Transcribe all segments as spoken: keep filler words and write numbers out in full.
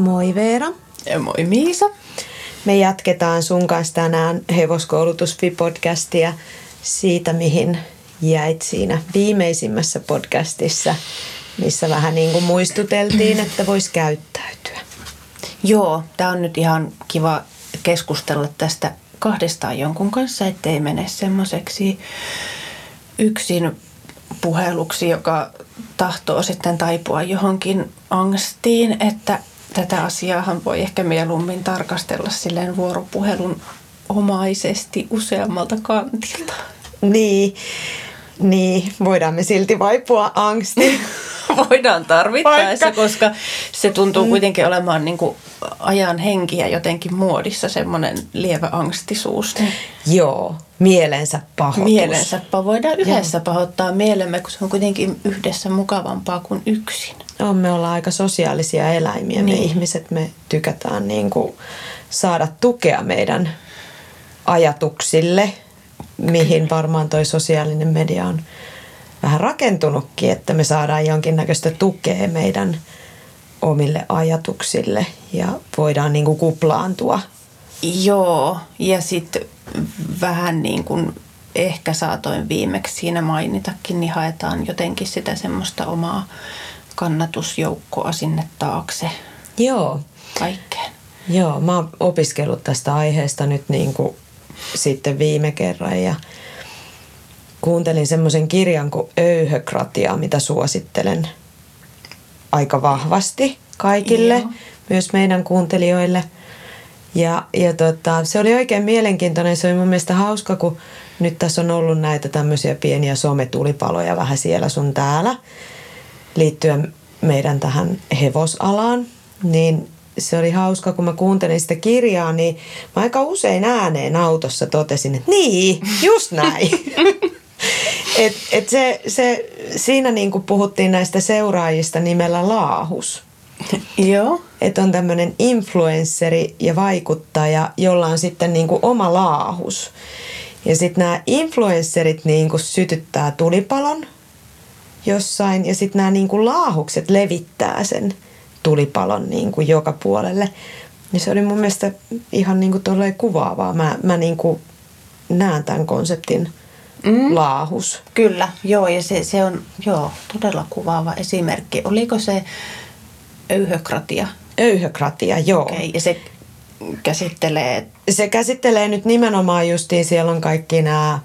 Moi Veera. Ja moi Miisa. Me jatketaan sun kanssa tänään Hevoskoulutus-podcastia siitä, mihin jäit siinä viimeisimmässä podcastissa, missä vähän niin kuin muistuteltiin, että voisi käyttäytyä. Joo, tää on nyt ihan kiva keskustella tästä kahdestaan jonkun kanssa, ettei mene semmoiseksi yksin puheluksi, joka tahtoo sitten taipua johonkin angstiin, että tätä asiaahan voi ehkä mieluummin tarkastella silleen vuoropuhelun omaisesti useammalta kantilta. Niin, niin, voidaan me silti vaipua angstiin. Voidaan tarvittaessa, Vaikka. koska se tuntuu kuitenkin olemaan niin kuin ajan henkiä jotenkin muodissa, semmoinen lievä angstisuus. Joo, mielensä pahoitus. Mielensä voidaan yhdessä Joo. pahoittaa mielemme, kun se on kuitenkin yhdessä mukavampaa kuin yksin. No, me ollaan aika sosiaalisia eläimiä, niin. me ihmiset, me tykätään niin kuin saada tukea meidän ajatuksille, mihin varmaan toi sosiaalinen media on vähän rakentunutkin, että me saadaan jonkinnäköistä tukea meidän omille ajatuksille ja voidaan niin kuin kuplaantua. Joo, ja sitten vähän niin kuin ehkä saatoin viimeksi siinä mainitakin, niin haetaan jotenkin sitä semmoista omaa kannatusjoukkoa sinne taakse. Joo. Kaikkeen. Joo, mä oon opiskellut tästä aiheesta nyt niin kuin sitten viime kerran ja kuuntelin semmoisen kirjan kuin Öyhökratia, mitä suosittelen aika vahvasti kaikille, Joo. myös meidän kuuntelijoille. Ja, ja tota, se oli oikein mielenkiintoinen. Se oli mun mielestä hauska, kun nyt tässä on ollut näitä tämmöisiä pieniä sometulipaloja vähän siellä sun täällä liittyen meidän tähän hevosalaan. Niin se oli hauska, kun mä kuuntelin sitä kirjaa, niin mä aika usein ääneen autossa totesin, että niin, just näin. Et, et se, se, siinä niin kuin puhuttiin näistä seuraajista nimellä Laahus. Joo. Että on tämmöinen influensseri ja vaikuttaja, jolla on sitten niin kuin oma laahus. Ja sitten nämä influensserit niin kuin sytyttää tulipalon jossain ja sitten nämä niin kuin laahukset levittää sen tulipalon niin kuin joka puolelle. Ja se oli mun mielestä ihan niin kuin tolleen kuvaavaa. Mä, mä niin kuin näen tämän konseptin mm. laahus. Kyllä, joo, ja se, se on joo, todella kuvaava esimerkki. Oliko se Öyhökratia? Öyhökratia, joo. Okei, ja se käsittelee... Se käsittelee nyt nimenomaan justiin, siellä on kaikki nämä,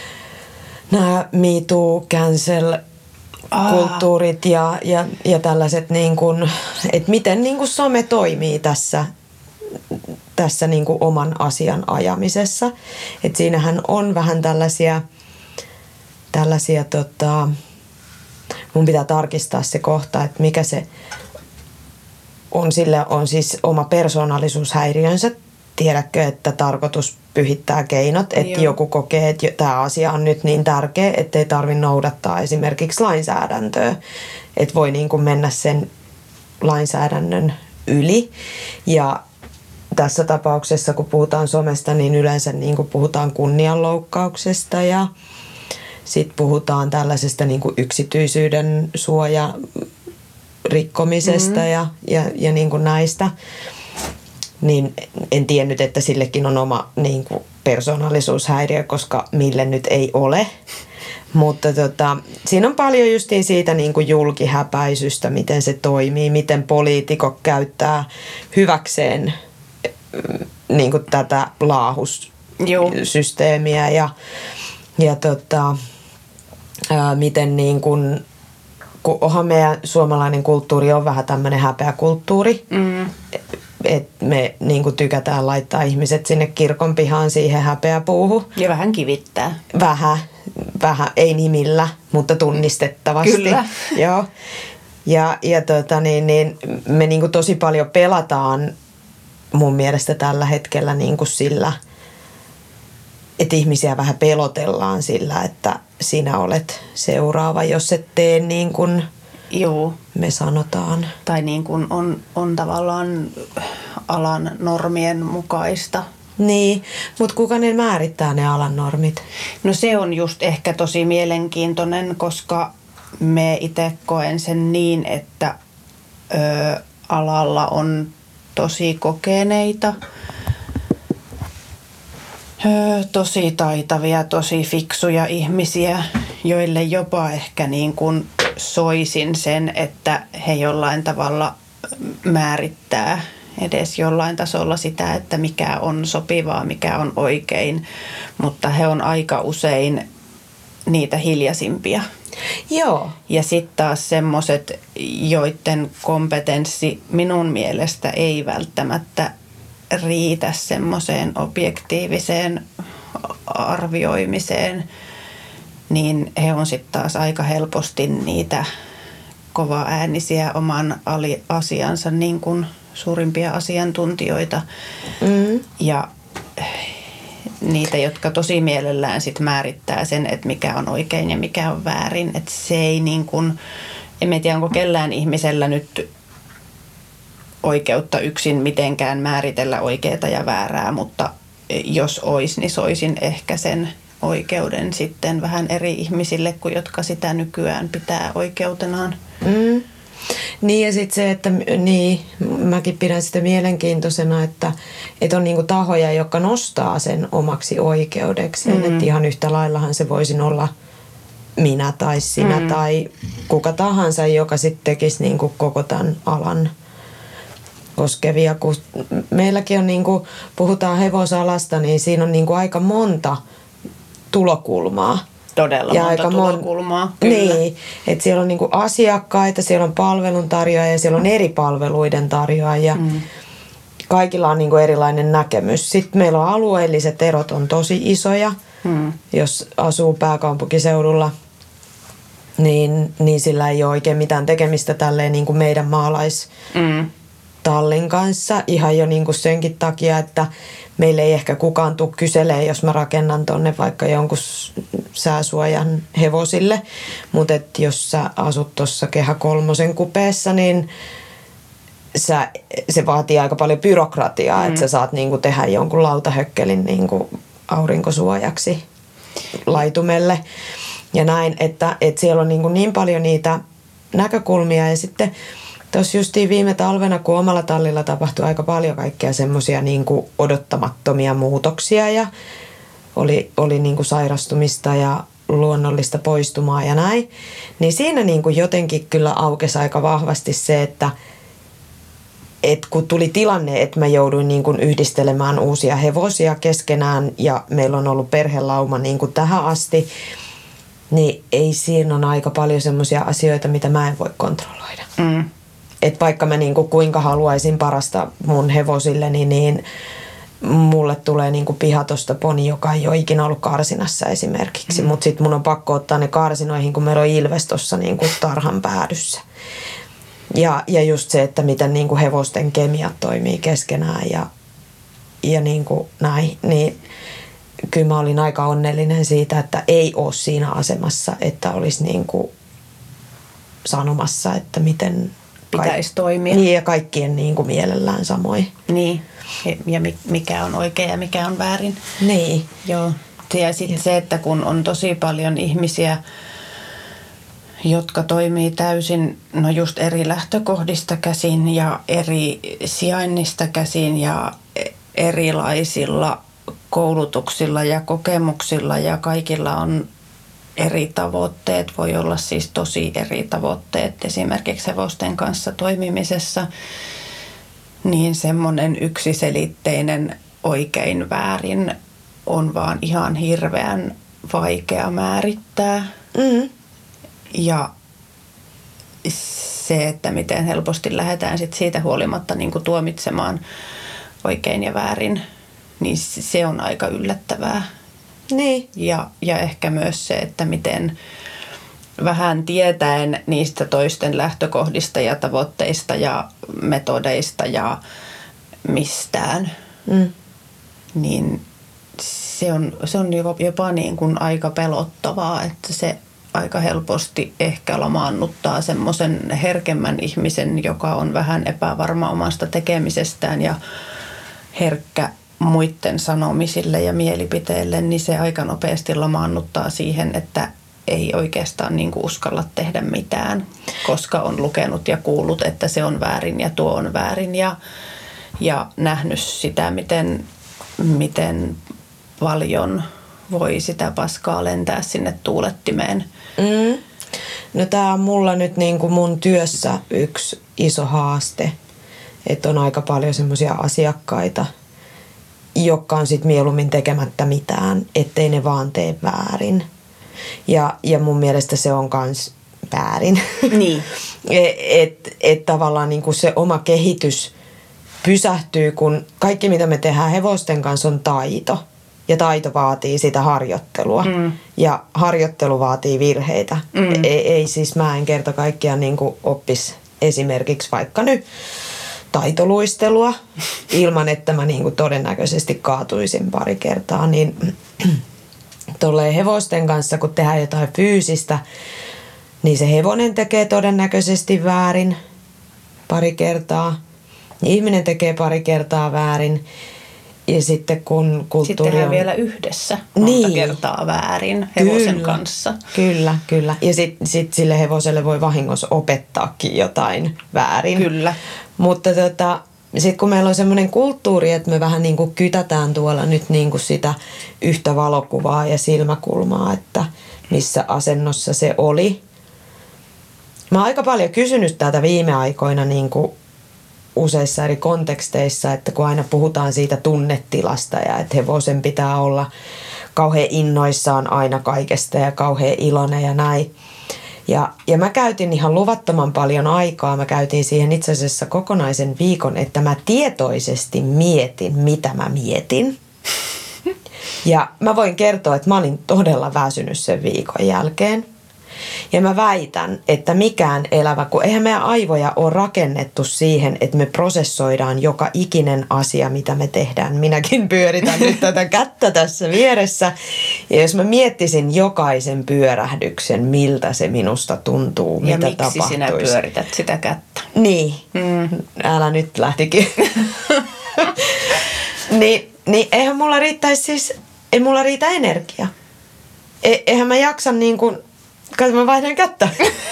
nämä Me Too, cancel kulttuurit ja, ja, ja tällaiset, niin kuin, että miten niin kuin some toimii tässä, tässä niin kuin oman asian ajamisessa. Että siinähän on vähän tällaisia, tällaisia tota, mun pitää tarkistaa se kohta, että mikä se on. Sillä on siis oma persoonallisuushäiriönsä. Tiedätkö, että tarkoitus pyhittää keinot, että Joo. joku kokee, että tämä asia on nyt niin tärkeä, ettei tarvitse noudattaa esimerkiksi lainsäädäntöä. Että voi niin kuin mennä sen lainsäädännön yli. Ja tässä tapauksessa, kun puhutaan somesta, niin yleensä niin kuin puhutaan kunnianloukkauksesta ja sitten puhutaan tällaisesta niin kuin yksityisyyden suoja rikkomisesta mm-hmm. ja, ja, ja niin kuin näistä. Niin en tiennyt, että sillekin on oma niin kuin persoonallisuushäiriö, koska mille nyt ei ole. Mutta tota, siinä on paljon justiin siitä niin kuin julkihäpäisystä, miten se toimii, miten poliitikot käyttää hyväkseen niin kuin tätä laahussysteemiä ja, ja tota, ää, miten niin kuin, kun onhan meidän suomalainen kulttuuri on vähän tämmöinen häpeäkulttuuri, mm. että me niin kuin tykätään laittaa ihmiset sinne kirkon pihaan siihen häpeäpuuhun. Ja vähän kivittää. Vähän, vähän ei nimillä, mutta tunnistettavasti. Kyllä. Joo. Ja, ja tota, niin, niin, me niin kuin tosi paljon pelataan mun mielestä tällä hetkellä niin kuin sillä, että ihmisiä vähän pelotellaan sillä, että sinä olet seuraava, jos et tee niin kuin Joo. me sanotaan. Tai niin kuin on, on tavallaan alan normien mukaista. Niin, mutta kuka ne määrittää ne alan normit? No se on just ehkä tosi mielenkiintoinen, koska me itse koen sen niin, että ö, alalla on tosi kokeneita, tosi taitavia, tosi fiksuja ihmisiä, joille jopa ehkä niin kuin soisin sen, että he jollain tavalla määrittää edes jollain tasolla sitä, että mikä on sopivaa, mikä on oikein, mutta he on aika usein niitä hiljaisimpia. Joo. Ja sitten taas semmoiset, joiden kompetenssi minun mielestä ei välttämättä riitä semmoiseen objektiiviseen arvioimiseen, niin he on sitten taas aika helposti niitä kovaäänisiä oman asiansa niin kuin suurimpia asiantuntijoita. Mm. Ja niitä, jotka tosi mielellään sit määrittää sen, että mikä on oikein ja mikä on väärin. Että se ei niin kuin, en tiedä onko kellään ihmisellä nyt oikeutta yksin mitenkään määritellä oikeaa ja väärää, mutta jos olisi, niin soisin ehkä sen oikeuden sitten vähän eri ihmisille kuin jotka sitä nykyään pitää oikeutenaan. Mm. Niin ja sitten se, että niin, mäkin pidän sitä mielenkiintoisena, että, että on niinku tahoja, jotka nostaa sen omaksi oikeudeksi. Mm. Että ihan yhtä laillahan se voisin olla minä tai sinä mm. tai kuka tahansa, joka sitten tekisi niinku koko tämän alan koskevia. Kun meilläkin on, niinku, puhutaan hevosalasta, niin siinä on niinku aika monta tulokulmaa. Todella ja monta aika tulokulmaa. Mon... Niin, että siellä on niinku asiakkaita, siellä on palveluntarjoajia ja siellä on eri palveluiden tarjoajia. Mm. Kaikilla on niinku erilainen näkemys. Sitten meillä on alueelliset erot on tosi isoja. Mm. Jos asuu pääkaupunkiseudulla, niin, niin sillä ei ole oikein mitään tekemistä tälleen niin kuin meidän maalaistallin kanssa. Ihan jo niin kuin senkin takia, että meille ei ehkä kukaan tule kyselee, jos mä rakennan tonne vaikka jonkun sääsuojan hevosille. Mutta jos sä asut tuossa Kehä Kolmosen kupeessa, niin sä, se vaatii aika paljon byrokratiaa, mm. että sä saat niinku tehdä jonkun lautahökkelin niinku aurinkosuojaksi laitumelle. Ja näin, että, että siellä on niinku niin paljon niitä näkökulmia. Ja sitten tuossa justiin viime talvena, kun omalla tallilla tapahtui aika paljon kaikkea semmoisia niinku odottamattomia muutoksia ja oli, oli niinku sairastumista ja luonnollista poistumaa ja näin, niin siinä niinku jotenkin kyllä aukesi aika vahvasti se, että et kun tuli tilanne, että mä jouduin niin kuin yhdistelemään uusia hevosia keskenään ja meillä on ollut perhelauma niin kuin tähän asti, niin ei siinä on aika paljon semmoisia asioita, mitä mä en voi kontrolloida. Mm. Että vaikka mä niin kuin kuinka haluaisin parasta mun hevosilleni, niin mulle tulee niin kuin pihatosta poni, joka ei ole ikinä ollut karsinassa esimerkiksi. Mm. Mutta sitten mun on pakko ottaa ne karsinoihin, kun meillä on ilves tuossa niin kuin tarhan päädyssä. Ja, ja just se, että miten niin kuin hevosten kemiat toimii keskenään ja, ja niin kuin näin, niin kyllä mä olin aika onnellinen siitä, että ei ole siinä asemassa, että olisi niin kuin sanomassa, että miten pitäisi toimia. Niin ja kaikkien niin kuin mielellään samoin. Niin, ja mikä on oikein ja mikä on väärin. Niin. Joo, ja sitten se, että kun on tosi paljon ihmisiä, jotka toimii täysin no just eri lähtökohdista käsin ja eri sijainnista käsin ja erilaisilla koulutuksilla ja kokemuksilla ja kaikilla on eri tavoitteet. Voi olla siis tosi eri tavoitteet esimerkiksi hevosten kanssa toimimisessa. Niin semmoinen yksiselitteinen oikein väärin on vaan ihan hirveän vaikea määrittää. Mm-hmm. Ja se, että miten helposti lähdetään sit siitä huolimatta niin kuin tuomitsemaan oikein ja väärin, niin se on aika yllättävää. Niin. Ja, ja ehkä myös se, että miten vähän tietäen niistä toisten lähtökohdista ja tavoitteista ja metodeista ja mistään, mm. niin se on, se on jopa niin kuin aika pelottavaa, että se aika helposti ehkä lamaannuttaa semmoisen herkemmän ihmisen, joka on vähän epävarma omasta tekemisestään ja herkkä muiden sanomisille ja mielipiteille, niin se aika nopeasti lamaannuttaa siihen, että ei oikeastaan niin kuin uskalla tehdä mitään, koska on lukenut ja kuullut, että se on väärin ja tuo on väärin ja ja nähnyt sitä, miten, miten paljon voi sitä paskaa lentää sinne tuulettimeen. Mm. No tää on mulla nyt niin kuin mun työssä yksi iso haaste, että on aika paljon semmoisia asiakkaita, jotka on sit mieluummin tekemättä mitään, ettei ne vaan tee väärin. Ja, ja mun mielestä se on kans väärin. Niin. Että et tavallaan niinku se oma kehitys pysähtyy, kun kaikki mitä me tehdään hevosten kanssa on taito. Ja taito vaatii sitä harjoittelua. Mm. Ja harjoittelu vaatii virheitä. Mm. Ei, ei siis mä en kerta kaikkiaan niinku oppis esimerkiksi vaikka nyt taitoluistelua ilman, että mä niinku todennäköisesti kaatuisin pari kertaa. Niin tolleen hevosten kanssa, kun tehdään jotain fyysistä, niin se hevonen tekee todennäköisesti väärin pari kertaa. Ihminen tekee pari kertaa väärin. Ja sitten kun kulttuuri sitten on... vielä yhdessä monta niin. kertaa väärin hevosen kyllä, kanssa. Kyllä, kyllä. Ja sitten sit sille hevoselle voi vahingossa opettaakin jotain väärin. Kyllä. Mutta tota, sitten kun meillä on semmoinen kulttuuri, että me vähän niin kuin kytätään tuolla nyt niin kuin sitä yhtä valokuvaa ja silmäkulmaa, että missä asennossa se oli. Mä oon aika paljon kysynyt tätä viime aikoina niin kuin useissa eri konteksteissa, että kun aina puhutaan siitä tunnetilasta ja että hevosen pitää olla kauhean innoissaan aina kaikesta ja kauhean iloinen ja näin. Ja, ja mä käytin ihan luvattoman paljon aikaa. Mä käytin siihen itse asiassa kokonaisen viikon, että mä tietoisesti mietin, mitä mä mietin. Ja mä voin kertoa, että mä olin todella väsynyt sen viikon jälkeen. Ja mä väitän, että mikään elävä, kun eihän meidän aivoja ole rakennettu siihen, että me prosessoidaan joka ikinen asia, mitä me tehdään. Minäkin pyöritän nyt tätä kättä tässä vieressä. Ja jos mä miettisin jokaisen pyörähdyksen, miltä se minusta tuntuu, ja mitä miksi tapahtuisi. sinä pyörität sitä kättä? Niin, mm. älä nyt lähtikin. niin, niin eihän mulla riittäisi siis, ei mulla riitä energia. E, eihän mä jaksa niin kuin... Kai mä vaihdan kättä.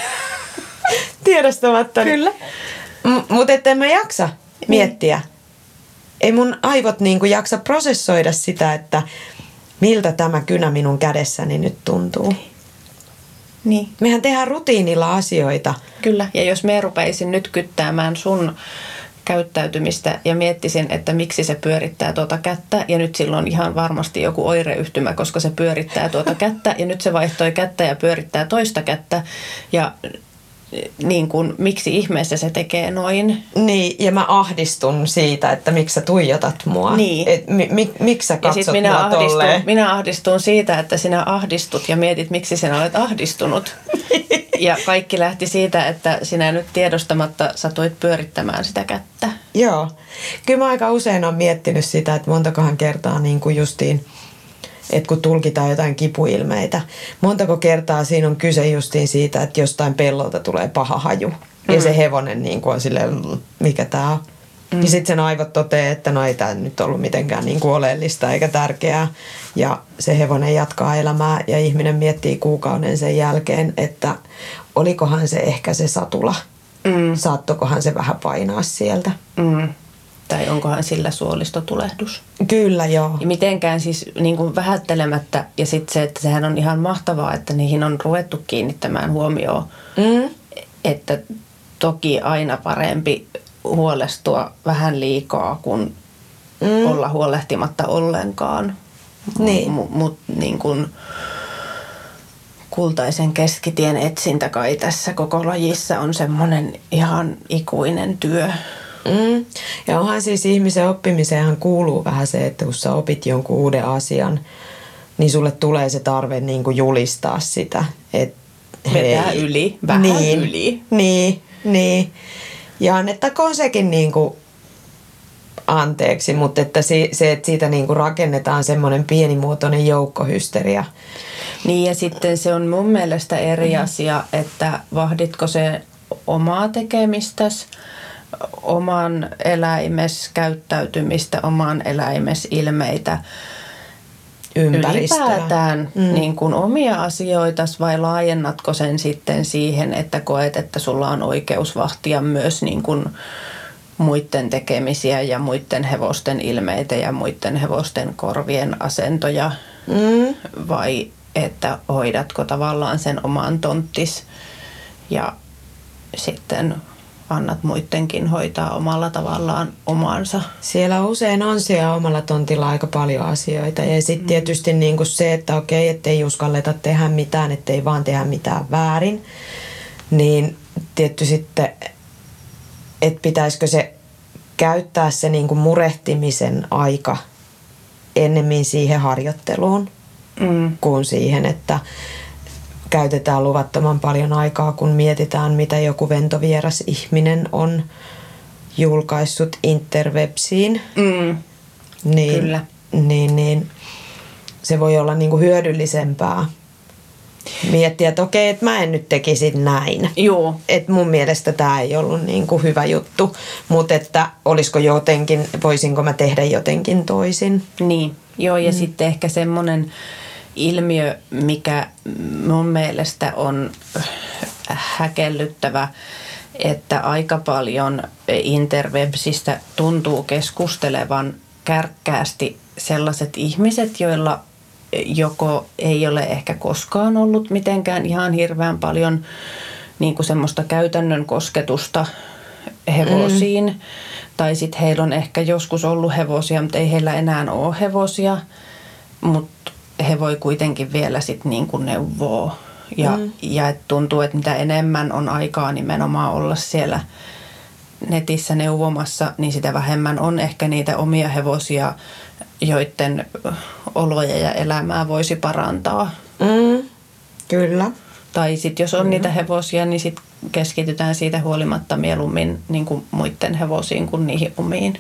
Tiedostamatta. Kyllä. M- Mutta ettei mä jaksa miettiä. Niin. Ei mun aivot niinku jaksa prosessoida sitä, että miltä tämä kynä minun kädessäni nyt tuntuu. Niin. Mehän tehdään rutiinilla asioita. Kyllä. Ja jos me rupeisin nyt kyttäämään sun käyttäytymistä ja miettisin, että miksi se pyörittää tuota kättä ja nyt silloin ihan varmasti joku oireyhtymä, koska se pyörittää tuota kättä ja nyt se vaihtoi kättä ja pyörittää toista kättä ja niin kuin, miksi ihmeessä se tekee noin. Niin, ja mä ahdistun siitä, että miksi sä tuijotat mua. Niin. Et, mi, mi, miksi sä katsot ja minä mua ahdistun, tolleen? minä ahdistun siitä, että sinä ahdistut ja mietit, miksi sinä olet ahdistunut. Ja kaikki lähti siitä, että sinä nyt tiedostamatta satuit pyörittämään sitä kättä. Joo. Kyllä mä aika usein olen miettinyt sitä, että montakohan kertaa niin kuin justiin, että kun tulkitaan jotain kipuilmeitä, montako kertaa siinä on kyse justiin siitä, että jostain pellolta tulee paha haju. Mm. Ja se hevonen niin kuin on silleen, mikä tää on. Mm. Ja sitten sen aivot toteaa, että no ei tämä nyt ollut mitenkään niin kuin oleellista eikä tärkeää. Ja se hevonen jatkaa elämää ja ihminen miettii kuukauden sen jälkeen, että olikohan se ehkä se satula. Mm. Saattokohan se vähän painaa sieltä. Mm. Tai onkohan sillä suolistotulehdus. Kyllä, joo. Ja mitenkään siis niin kuin vähättelemättä ja sitten se, että sehän on ihan mahtavaa, että niihin on ruvettu kiinnittämään huomioon. Mm. Että toki aina parempi huolestua vähän liikaa kuin mm. olla huolehtimatta ollenkaan. Niin. Mutta mut, niin kuin kultaisen keskitien etsintä kai tässä koko lajissa on semmoinen ihan ikuinen työ. Mm. Ja onhan siis ihmisen oppimiseenhan kuuluu vähän se, että kun sä opit jonkun uuden asian, niin sulle tulee se tarve niin kuin julistaa sitä. Et, vetää hei. yli, vähän niin, yli. Niin, niin. Ja annettakoon sekin niin kuin anteeksi, mutta että se, että siitä niin kuin rakennetaan semmoinen pienimuotoinen joukkohysteria. Niin ja sitten se on mun mielestä eri asia, että vahditko se omaa tekemistäsi, oman eläimes käyttäytymistä, oman eläimes ilmeitä, ympäristöä. Ylipäätään mm. niin kuin omia asioitas vai laajennatko sen sitten siihen, että koet, että sulla on oikeus vahtia myös niin kuin muiden tekemisiä ja muiden hevosten ilmeitä ja muiden hevosten korvien asentoja mm. vai että hoidatko tavallaan sen oman tonttis ja sitten annat muidenkin hoitaa omalla tavallaan omansa. Siellä usein on siellä omalla tontilla aika paljon asioita ja sitten tietysti niin kuin se, että okei, ettei uskalleta tehdä mitään, ettei vaan tehdä mitään väärin, niin tietty sitten, että pitäisikö se käyttää se niin kuin murehtimisen aika ennemmin siihen harjoitteluun mm. kuin siihen, että käytetään luvattoman paljon aikaa, kun mietitään, mitä joku ventovieras ihminen on julkaissut interwebsiin. Mm. Niin, Kyllä. Niin, niin se voi olla niinku hyödyllisempää miettiä, että okei, että mä en nyt tekisi näin. Joo. Että mun mielestä tämä ei ollut niinku hyvä juttu, mutta että olisiko jotenkin, voisinko mä tehdä jotenkin toisin. Niin, joo ja mm. sitten ehkä semmoinen ilmiö, mikä mun mielestä on häkellyttävä, että aika paljon interwebsistä tuntuu keskustelevan kärkkäästi sellaiset ihmiset, joilla joko ei ole ehkä koskaan ollut mitenkään ihan hirveän paljon niin kuin semmoista käytännön kosketusta hevosiin, mm. tai sitten heillä on ehkä joskus ollut hevosia, mutta ei heillä enää ole hevosia, mutta he voi kuitenkin vielä sitten niin kuin neuvoa. Ja, mm. ja et tuntuu, että mitä enemmän on aikaa nimenomaan olla siellä netissä neuvomassa, niin sitä vähemmän on ehkä niitä omia hevosia, joiden oloja ja elämää voisi parantaa. Mm. Kyllä. Tai sitten jos on mm. niitä hevosia, niin sitten keskitytään siitä huolimatta mieluummin niin kuin muiden hevosiin kuin niihin omiin.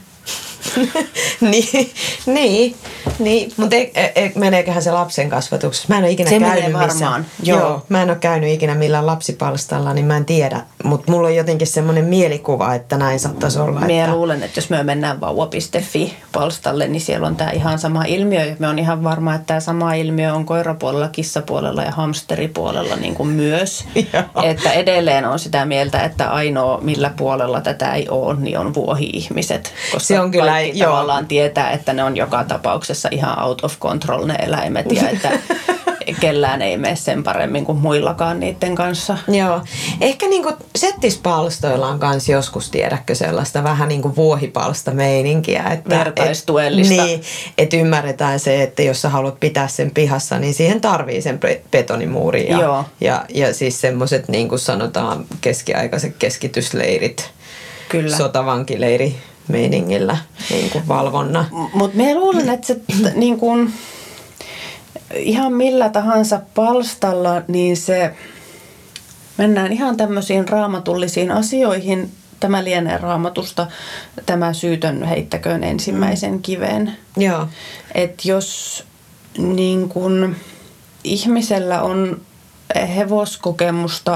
niin, niin, niin. Mutta meneeköhän se lapsen kasvatuksessa? Mä en ole ikinä se käynyt menee varmaan. Missä, joo. joo. Mä en ole käynyt ikinä millään lapsipalstalla, niin mä en tiedä. Mutta mulla on jotenkin semmoinen mielikuva, että näin saattaisi olla. Minä että luulen, että jos me mennään vauva piste fi-palstalle, niin siellä on tämä ihan sama ilmiö. Ja me on ihan varma, että tämä sama ilmiö on koirapuolella, kissapuolella ja hamsteripuolella niin kuin myös. Että edelleen on sitä mieltä, että ainoa millä puolella tätä ei ole, niin on vuohi-ihmiset. Koska se on kyllä, kaikki joo. tavallaan tietää, että ne on joka tapauksessa ihan out of control ne eläimet ja että kellään ei mene sen paremmin kuin muillakaan niiden kanssa. Joo. Ehkä niinku settispalstoilla on kanssa joskus, tiedätkö, sellaista vähän niin kuin vuohipalsta-meininkiä. Että vertaistuellista. Et, niin, että ymmärretään se, että jos sä haluat pitää sen pihassa, niin siihen tarvii sen betonimuuri. Ja, Joo. ja, ja siis semmoiset, niin kuin sanotaan, keskiaikaiset keskitysleirit, Kyllä. sotavankileiri meiningillä niin kuin valvonna. Mutta minä luulen, että se niin kuin, ihan millä tahansa palstalla, niin se mennään ihan tämmöisiin raamatullisiin asioihin. Tämä lienee raamatusta, tämä syytön heittäköön ensimmäisen kiven. Joo. Että jos niin kun, ihmisellä on hevoskokemusta,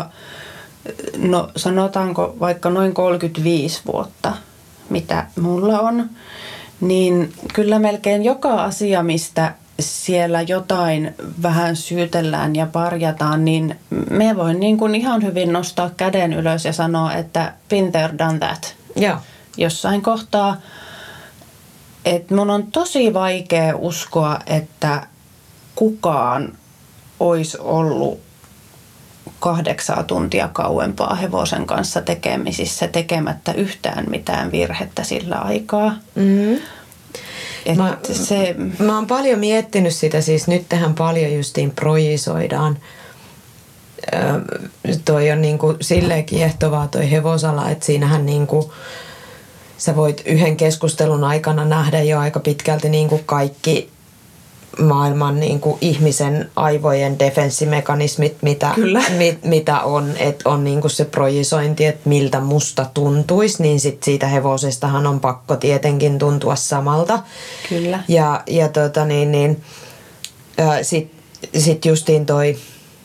no sanotaanko vaikka noin kolmekymmentäviisi vuotta, mitä mulla on, niin kyllä melkein joka asia, mistä siellä jotain vähän syytellään ja parjataan, niin me voin niin kuin ihan hyvin nostaa käden ylös ja sanoa, että been there, done that. Joo. Jossain kohtaa, että mun on tosi vaikea uskoa, että kukaan olisi ollut kahdeksaa tuntia kauempaa hevosen kanssa tekemisissä tekemättä yhtään mitään virhettä sillä aikaa. Mm-hmm. Mä, se, mä oon paljon miettinyt sitä, siis nyt tähän paljon justiin projisoidaan. Öö, toi on niinku silleen kiehtovaa toi hevosala, että siinähän niinku sä voit yhden keskustelun aikana nähdä jo aika pitkälti niinku kaikki maailman niin kuin ihmisen aivojen defenssimekanismit, mitä, mit, mitä on, että on niin kuin se projisointi, että miltä musta tuntuisi, niin sit siitä hevosestahan on pakko tietenkin tuntua samalta. Kyllä. Ja, ja tota niin, niin sitten sit justiin toi,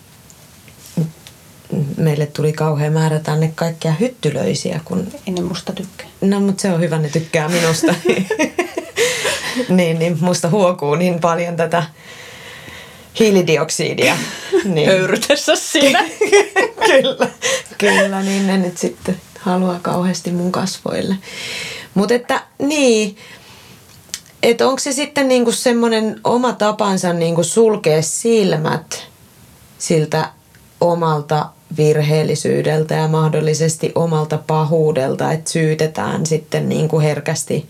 meille tuli kauhean määrä tänne kaikkia hyttylöisiä. Kun ei ne musta tykkää. No, mutta se on hyvä, ne tykkää minusta. niin, niin musta huokuu niin paljon tätä hiilidioksidia. Niin. Höyrytessä siinä. kyllä, kyllä, niin ne nyt sitten haluaa kauheasti mun kasvoille. Mutta että niin, että onko se sitten niinku semmoinen oma tapansa niinku sulkea silmät siltä omalta virheellisyydeltä ja mahdollisesti omalta pahuudelta, että syytetään sitten niinku herkästi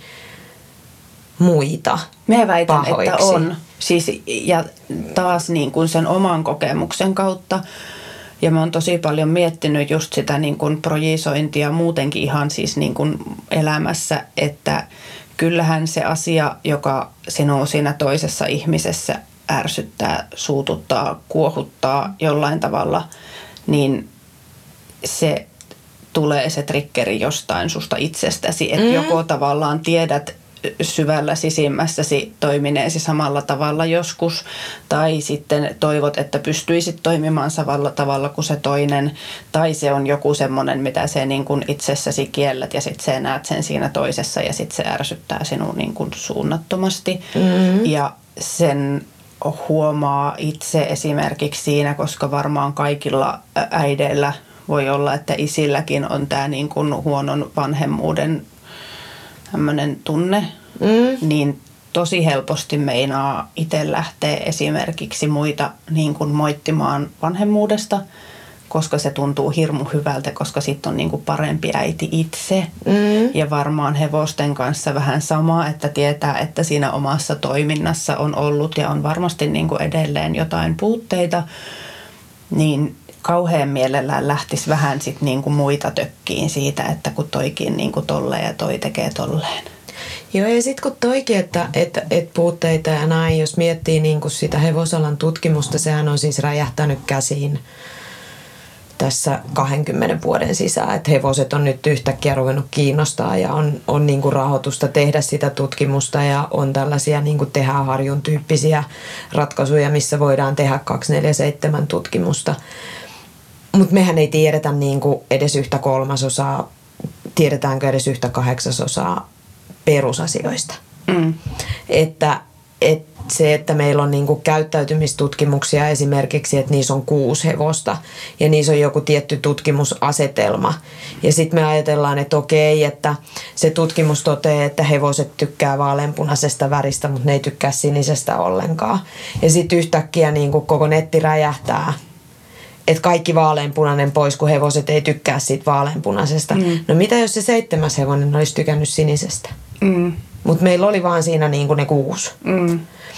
muita Me väitän, pahoiksi. että on. Siis, ja taas niin kuin sen oman kokemuksen kautta. Ja mä oon tosi paljon miettinyt just sitä niin kuin projisointia muutenkin ihan siis niin kuin elämässä, että kyllähän se asia, joka sinua siinä toisessa ihmisessä ärsyttää, suututtaa, kuohuttaa jollain tavalla, niin se tulee se triggeri jostain susta itsestäsi, että mm. joko tavallaan tiedät syvällä sisimmässäsi toimineesi samalla tavalla joskus, tai sitten toivot, että pystyisit toimimaan samalla tavalla kuin se toinen, tai se on joku semmoinen, mitä se niin kuin itsessäsi kiellät, ja sitten sä näet sen siinä toisessa, ja sitten se ärsyttää sinua niin kuin suunnattomasti. Mm-hmm. Ja sen huomaa itse esimerkiksi siinä, koska varmaan kaikilla äideillä voi olla, että isilläkin on tämä niin kuin huonon vanhemmuuden tämmöinen tunne, mm. niin tosi helposti meinaa itse lähteä esimerkiksi muita niin kuin moittimaan vanhemmuudesta, koska se tuntuu hirmu hyvältä, koska sitten on niin kuin parempi äiti itse. Mm. Ja varmaan hevosten kanssa vähän sama, että tietää, että siinä omassa toiminnassa on ollut ja on varmasti niin kuin edelleen jotain puutteita, niin kauhean mielellään lähtisi vähän sit niinku muita tökkiin siitä, että kun toikin niinku tolleen ja toi tekee tolleen. Joo, ja sitten kun toikin, että, että, että puutteita ja näin, jos miettii niinku sitä hevosalan tutkimusta, sehän on siis räjähtänyt käsiin tässä kahdenkymmenen vuoden sisään, että hevoset on nyt yhtäkkiä ruvennut kiinnostaa ja on, on niinku rahoitusta tehdä sitä tutkimusta ja on tällaisia niinku tehdään Harjun tyyppisiä ratkaisuja, missä voidaan tehdä kaksikymmentäseitsemän tutkimusta. Mutta mehän ei tiedetä niinku edes yhtä kolmasosaa, tiedetäänkö edes yhtä kahdeksasosaa perusasioista. Mm. Että et se, että meillä on niinku käyttäytymistutkimuksia esimerkiksi, että niissä on kuusi hevosta ja niissä on joku tietty tutkimusasetelma. Ja sitten me ajatellaan, että okei, että se tutkimus toteaa, että hevoset tykkää vaaleanpunaisesta väristä, mutta ne ei tykkää sinisestä ollenkaan. Ja sitten yhtäkkiä niinku koko netti räjähtää, että kaikki vaaleanpunainen pois, kun hevoset ei tykkää siitä vaaleanpunaisesta. Mm. No mitä jos se seitsemäs hevonen olisi tykännyt sinisestä? Mm. Mutta meillä oli vaan siinä niinku ne kuusi. Mm.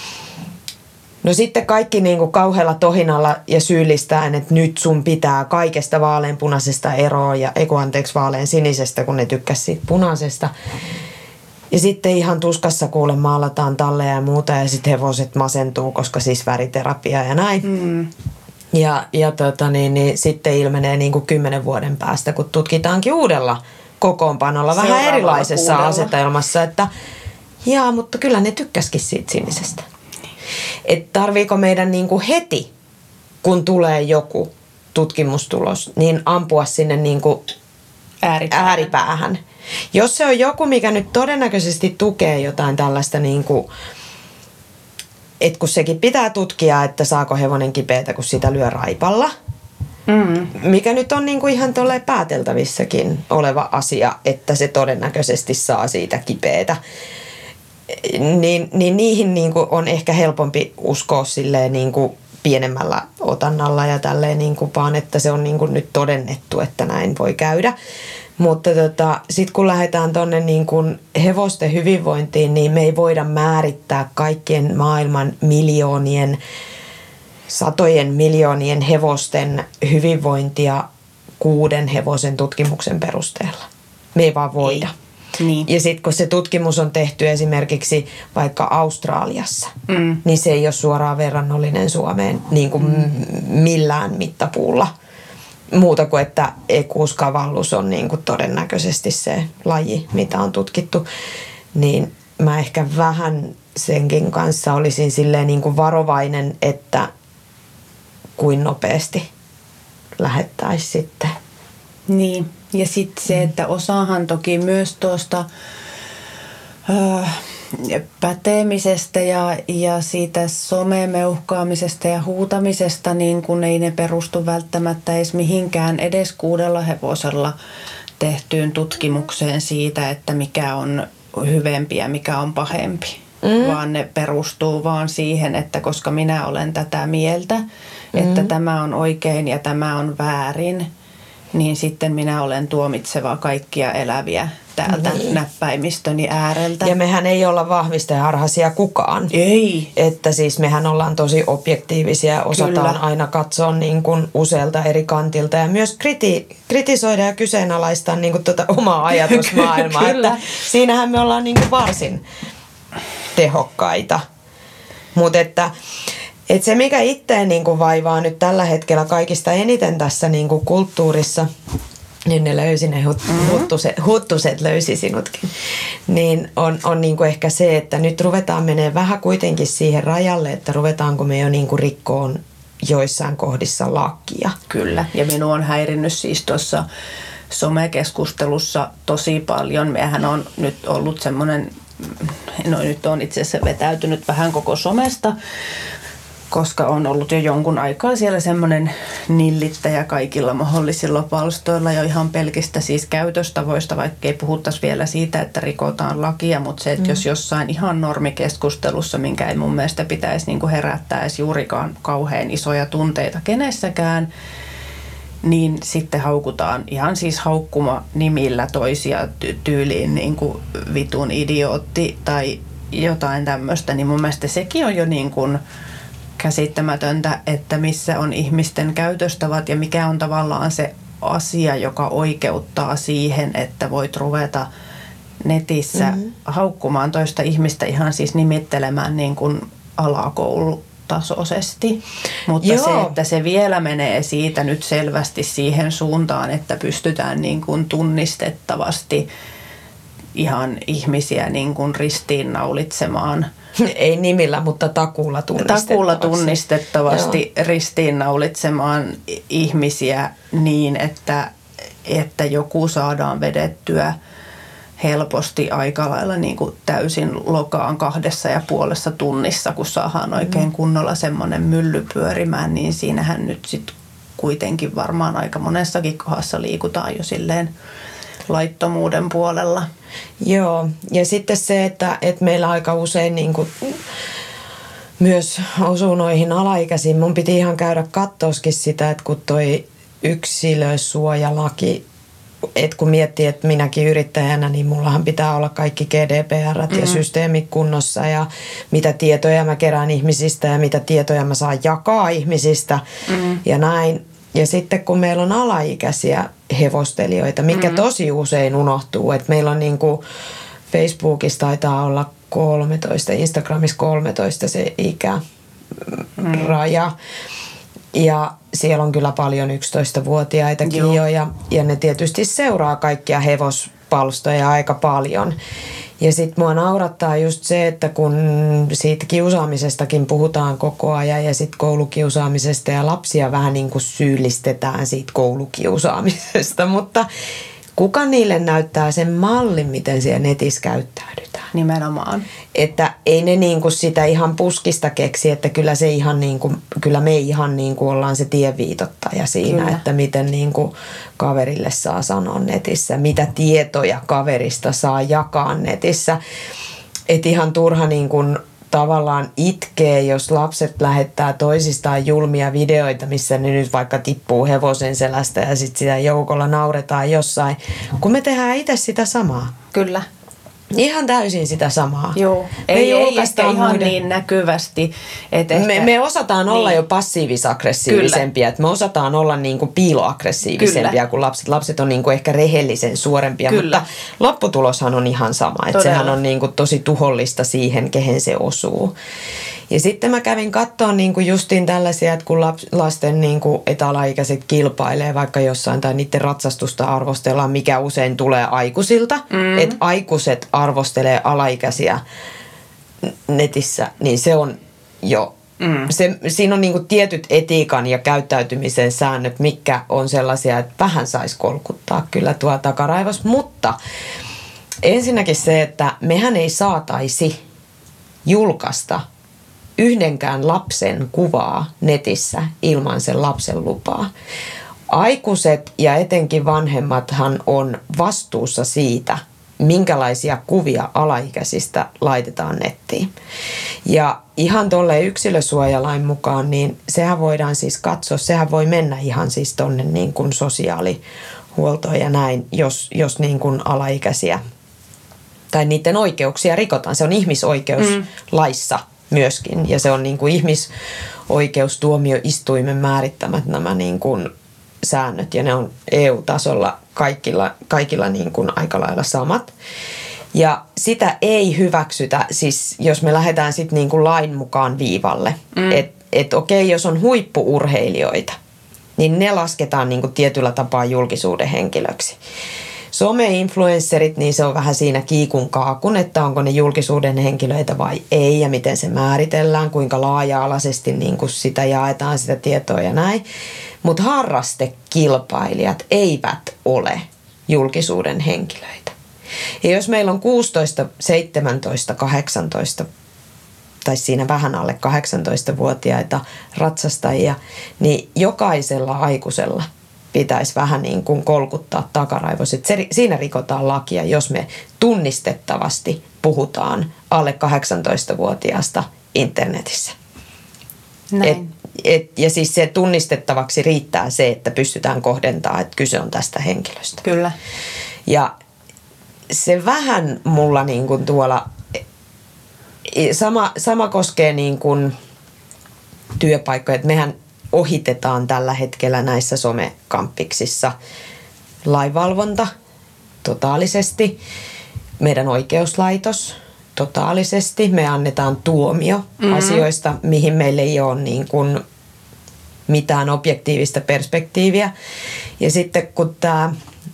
No sitten kaikki niinku kauhealla tohinalla ja syyllistäen, että nyt sun pitää kaikesta vaaleanpunaisesta eroa ja eiku anteeksi vaalean sinisestä, kun ne tykkäsi siitä punaisesta. Ja sitten ihan tuskassa kuule maalataan talleja ja muuta ja sitten hevoset masentuu, koska siis väriterapia ja näin. Mm. Ja, ja tota niin, niin sitten ilmenee niin kuin kymmenen vuoden päästä, kun tutkitaankin uudella kokoonpanolla, vähän erilaisessa kuudella asetelmassa, että jaa, mutta kyllä ne tykkäskin siitä sinisestä. Että tarviiko meidän niin kuin heti, kun tulee joku tutkimustulos, niin ampua sinne niin kuin ääripäähän. ääripäähän. Jos se on joku, mikä nyt todennäköisesti tukee jotain tällaista niin kuin että kun sekin pitää tutkia, että saako hevonen kipeätä, kun sitä lyö raipalla. Mm. Mikä nyt on niinku ihan tolleen pääteltävissäkin oleva asia, että se todennäköisesti saa siitä kipeätä. Niin, niin niihin niinku on ehkä helpompi uskoa silleen niinku pienemmällä otannalla ja tälleen niinku vaan, että se on niinku nyt todennettu, että näin voi käydä. Mutta tota, sitten kun lähdetään tuonne niin kun hevosten hyvinvointiin, niin me ei voida määrittää kaikkien maailman miljoonien, satojen miljoonien hevosten hyvinvointia kuuden hevosen tutkimuksen perusteella. Me ei vaan voida. Ei. Niin. Ja sitten kun se tutkimus on tehty esimerkiksi vaikka Australiassa, mm. niin se ei ole suoraan verrannollinen Suomeen niin kuin mm. millään mittapuulla. Muuta kuin, että ekuuskavallus on niin kuin todennäköisesti se laji, mitä on tutkittu, niin mä ehkä vähän senkin kanssa olisin silleen niin kuin varovainen, että kuin nopeasti lähettäisiin sitten. Niin, ja sitten se, että osaahan toki myös tuosta äh, pätemisestä ja, ja siitä somemeuhkaamisesta ja huutamisesta, niin kun ei ne perustu välttämättä edes mihinkään edes kuudella hevosella tehtyyn tutkimukseen siitä, että mikä on hyvempi ja mikä on pahempi. Mm. Vaan ne perustuu vaan siihen, että koska minä olen tätä mieltä, mm. että tämä on oikein ja tämä on väärin, niin sitten minä olen tuomitseva kaikkia eläviä täältä niin. näppäimistöni ääreltä. Ja mehän ei olla vahvisteharhaisia kukaan. Ei. Että siis mehän ollaan tosi objektiivisia, osataan Kyllä. aina katsoa niin kuin usealta eri kantilta ja myös kriti- kritisoida ja kyseenalaistaa niin kuin tuota omaa ajatusmaailmaa. Että siinähän me ollaan niin kuin varsin tehokkaita. Mutta että, että se mikä itseä niin kuin vaivaa nyt tällä hetkellä kaikista eniten tässä niin kuin kulttuurissa, niin ne löysi ne hut, mm-hmm. huttuset, huttuset löysi sinutkin, niin on, on niin kuin ehkä se, että nyt ruvetaan menee vähän kuitenkin siihen rajalle, että ruvetaanko me jo niin kuin rikkoon joissain kohdissa lakia. Kyllä, ja minua on häirinnyt siis tuossa somekeskustelussa tosi paljon. Mehän on nyt ollut semmoinen, no nyt on itse asiassa vetäytynyt vähän koko somesta, koska on ollut jo jonkun aikaa siellä semmoinen nillittäjä kaikilla mahdollisilla palstoilla jo ihan pelkistä siis käytöstavoista, vaikka ei puhuttaisi vielä siitä, että rikotaan lakia, mutta se, että mm. jos jossain ihan normikeskustelussa, minkä ei mun mielestä pitäisi niin kuin herättää edes juurikaan kauhean isoja tunteita kenessäkään, niin sitten haukutaan ihan siis haukkuma nimillä toisia ty- tyyliin niin kuin vitun idiootti tai jotain tämmöistä, niin mun mielestä sekin on jo niin kuin käsittämätöntä, että missä on ihmisten käytöstavat ja mikä on tavallaan se asia, joka oikeuttaa siihen, että voit ruveta netissä mm-hmm. haukkumaan toista ihmistä ihan siis nimittelemään niin kuin alakoulutasoisesti. Mutta Joo. se, että se vielä menee siitä nyt selvästi siihen suuntaan, että pystytään niin kuin tunnistettavasti ihan ihmisiä niin kuin ristiinnaulitsemaan. Ei nimillä, mutta takuulla tunnistettavasti. Takuulla tunnistettavasti Joo. ristiinnaulitsemaan ihmisiä niin, että, että joku saadaan vedettyä helposti aika lailla niin kuin täysin lokaan kahdessa ja puolessa tunnissa, kun saadaan oikein kunnolla semmoinen mylly pyörimään, niin siinähän nyt sitten kuitenkin varmaan aika monessakin kohdassa liikutaan jo silleen laittomuuden puolella. Joo, ja sitten se, että, että meillä aika usein niin kuin myös osuu noihin alaikäisiin. Mun piti ihan käydä katsooskin sitä, että kun toi yksilösuojalaki, että kun miettii, että minäkin yrittäjänä, niin mullahan pitää olla kaikki G D P R mm-hmm. ja systeemit kunnossa ja mitä tietoja mä kerään ihmisistä ja mitä tietoja mä saan jakaa ihmisistä mm-hmm. ja näin. Ja sitten kun meillä on alaikäisiä hevostelijoita, mikä mm-hmm. tosi usein unohtuu, että meillä on niin kuin Facebookissa taitaa olla kolmetoista, Instagramissa kolmetoista se ikäraja. Ja siellä on kyllä paljon yksitoistavuotiaitakin Joo. jo ja, ja ne tietysti seuraa kaikkia hevospalstoja aika paljon. Ja sitten mua naurattaa just se, että kun siitä kiusaamisestakin puhutaan koko ajan ja sitten koulukiusaamisesta ja lapsia vähän niin kuin syyllistetään siitä koulukiusaamisesta, mutta kuka niille näyttää sen mallin, miten siellä netissä käyttäydytään? Nimenomaan. Että ei ne niin kuin sitä ihan puskista keksi, että kyllä, se ihan niin kuin, kyllä me ihan niin kuin ollaan se tienviitottaja siinä, kyllä. että miten niin kuin kaverille saa sanoa netissä, mitä tietoja kaverista saa jakaa netissä. Että ihan turha niin kuin tavallaan itkee, jos lapset lähettää toisistaan julmia videoita, missä ne nyt vaikka tippuu hevosen selästä ja sitten sitä joukolla nauretaan jossain, kun me tehdään itse sitä samaa. Kyllä. Ihan täysin sitä samaa. Joo, ei, ei ehkä ihan muiden niin näkyvästi. Että me, me osataan olla niin jo passiivis-aggressiivisempia, että me osataan olla niin kuin piiloaggressiivisempia Kyllä. kuin lapset. Lapset on niin kuin ehkä rehellisen suorempia, Kyllä. mutta lopputuloshan on ihan sama. Että sehän on niin kuin tosi tuhollista siihen, kehen se osuu. Ja sitten mä kävin katsoa niin kuin justiin tällaisia, että kun lasten niin kuin etalaikäiset kilpailee vaikka jossain tai niiden ratsastusta arvostellaan, mikä usein tulee aikuisilta, mm. että aikuiset arvostelee alaikäisiä netissä, niin se on jo, mm. se, siinä on niin kuin tietyt etiikan ja käyttäytymisen säännöt, mitkä on sellaisia, että vähän saisi kolkuttaa kyllä tuo takaraivos, mutta ensinnäkin se, että mehän ei saataisi julkaista yhdenkään lapsen kuvaa netissä ilman sen lapsen lupaa. aikuiset ja etenkin vanhemmathan on vastuussa siitä, minkälaisia kuvia alaikäisistä laitetaan nettiin. Ja ihan tuolle yksilösuojalain mukaan, niin sehän voidaan siis katsoa, sehän voi mennä ihan siis tonne niin kuin sosiaalihuoltoon ja näin, jos, jos niin kuin alaikäisiä tai niiden oikeuksia rikotaan. Se on ihmisoikeuslaissa mm. myöskin ja se on niin kuin ihmisoikeustuomioistuimen määrittämät nämä niin kuin säännöt ja ne on E U-tasolla kaikilla, kaikilla niin kuin aika lailla samat. Ja sitä ei hyväksytä, siis jos me lähdetään sitten niin kuin lain mukaan viivalle, mm. että et okei, jos on huippu-urheilijoita, niin ne lasketaan niin kuin tietyllä tapaa julkisuuden henkilöksi. Some-influencerit, niin se on vähän siinä kiikun kaakun, että onko ne julkisuuden henkilöitä vai ei ja miten se määritellään, kuinka laaja-alaisesti niin kuin sitä jaetaan sitä tietoa ja näin. Mutta harrastekilpailijat eivät ole julkisuuden henkilöitä. Ja jos meillä on kuusitoista, seitsemäntoista, kahdeksantoista tai siinä vähän alle kahdeksantoista-vuotiaita ratsastajia, niin jokaisella aikuisella pitäisi vähän niin kuin kolkuttaa takaraivoiset. Siinä rikotaan lakia, jos me tunnistettavasti puhutaan alle kahdeksantoista-vuotiaasta internetissä. Et, et, ja siis se tunnistettavaksi riittää se, että pystytään kohdentamaan, että kyse on tästä henkilöstä. Kyllä. Ja se vähän mulla niin kuin tuolla, sama, sama koskee niin kuin työpaikkoja, että mehän ohitetaan tällä hetkellä näissä somekampiksissa lainvalvonta totaalisesti, meidän oikeuslaitos totaalisesti, me annetaan tuomio mm-hmm. asioista, mihin meillä ei ole niin kuin mitään objektiivista perspektiiviä. Ja sitten kun tämä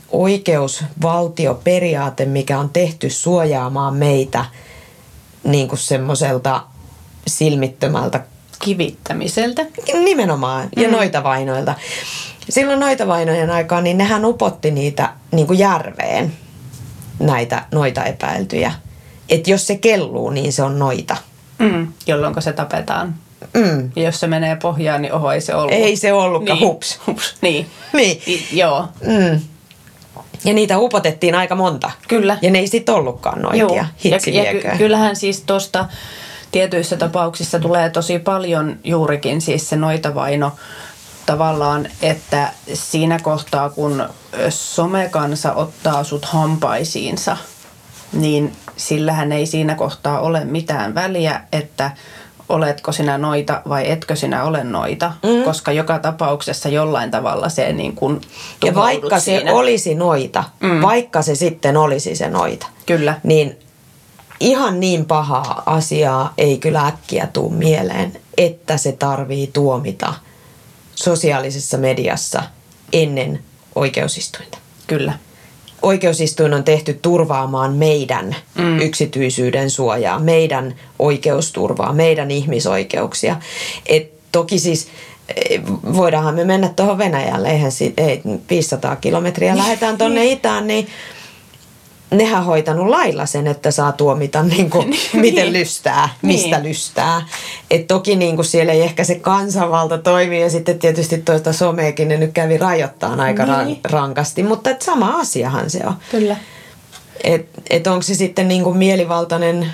oikeusvaltioperiaate, mikä on tehty suojaamaan meitä niin kuin semmoiselta silmittömältä kivittämiseltä. Nimenomaan, ja mm. noitavainoilta. Silloin noitavainojen aikaan, niin nehän upotti niitä niin kuin järveen, näitä noita epäiltyjä. Että jos se kelluu, niin se on noita. Mm. Jolloin se tapetaan. Mm. Ja jos se menee pohjaan, niin oho, ei se ollut. Ei se ollutkaan, niin. hups. hups. Niin. niin. I, joo. Mm. Ja niitä upotettiin aika monta. Kyllä. Ja ne ei sitten ollutkaan noitia. Hitsi ja, ja ky- kyllähän siis tuosta tietyissä tapauksissa tulee tosi paljon juurikin siis se noitavaino tavallaan, että siinä kohtaa kun somekansa ottaa sut hampaisiinsa, niin sillähän ei siinä kohtaa ole mitään väliä, että oletko sinä noita vai etkö sinä ole noita, mm. koska joka tapauksessa jollain tavalla se niin kuin ja vaikka siinä. Se olisi noita, mm. vaikka se sitten olisi se noita, kyllä. Niin ihan niin pahaa asiaa ei kyllä äkkiä tule mieleen, että se tarvii tuomita sosiaalisessa mediassa ennen oikeusistuinta. Kyllä. Oikeusistuin on tehty turvaamaan meidän mm. yksityisyyden suojaa, meidän oikeusturvaa, meidän ihmisoikeuksia. Et toki siis voidaanhan me mennä tuohon Venäjälle, eihän si- ei, viisisataa kilometriä lähdetään tuonne itään, niin nehän hoitanut lailla sen, että saa tuomita niin kuin, miten lystää, mistä niin. lystää. Et toki niin kuin siellä ei ehkä se kansanvalta toimi ja sitten tietysti tuosta someakin ne nyt kävi rajoittaa aika niin. rankasti, mutta et sama asiahan se on. Kyllä. Että et onko se sitten niin kuin mielivaltainen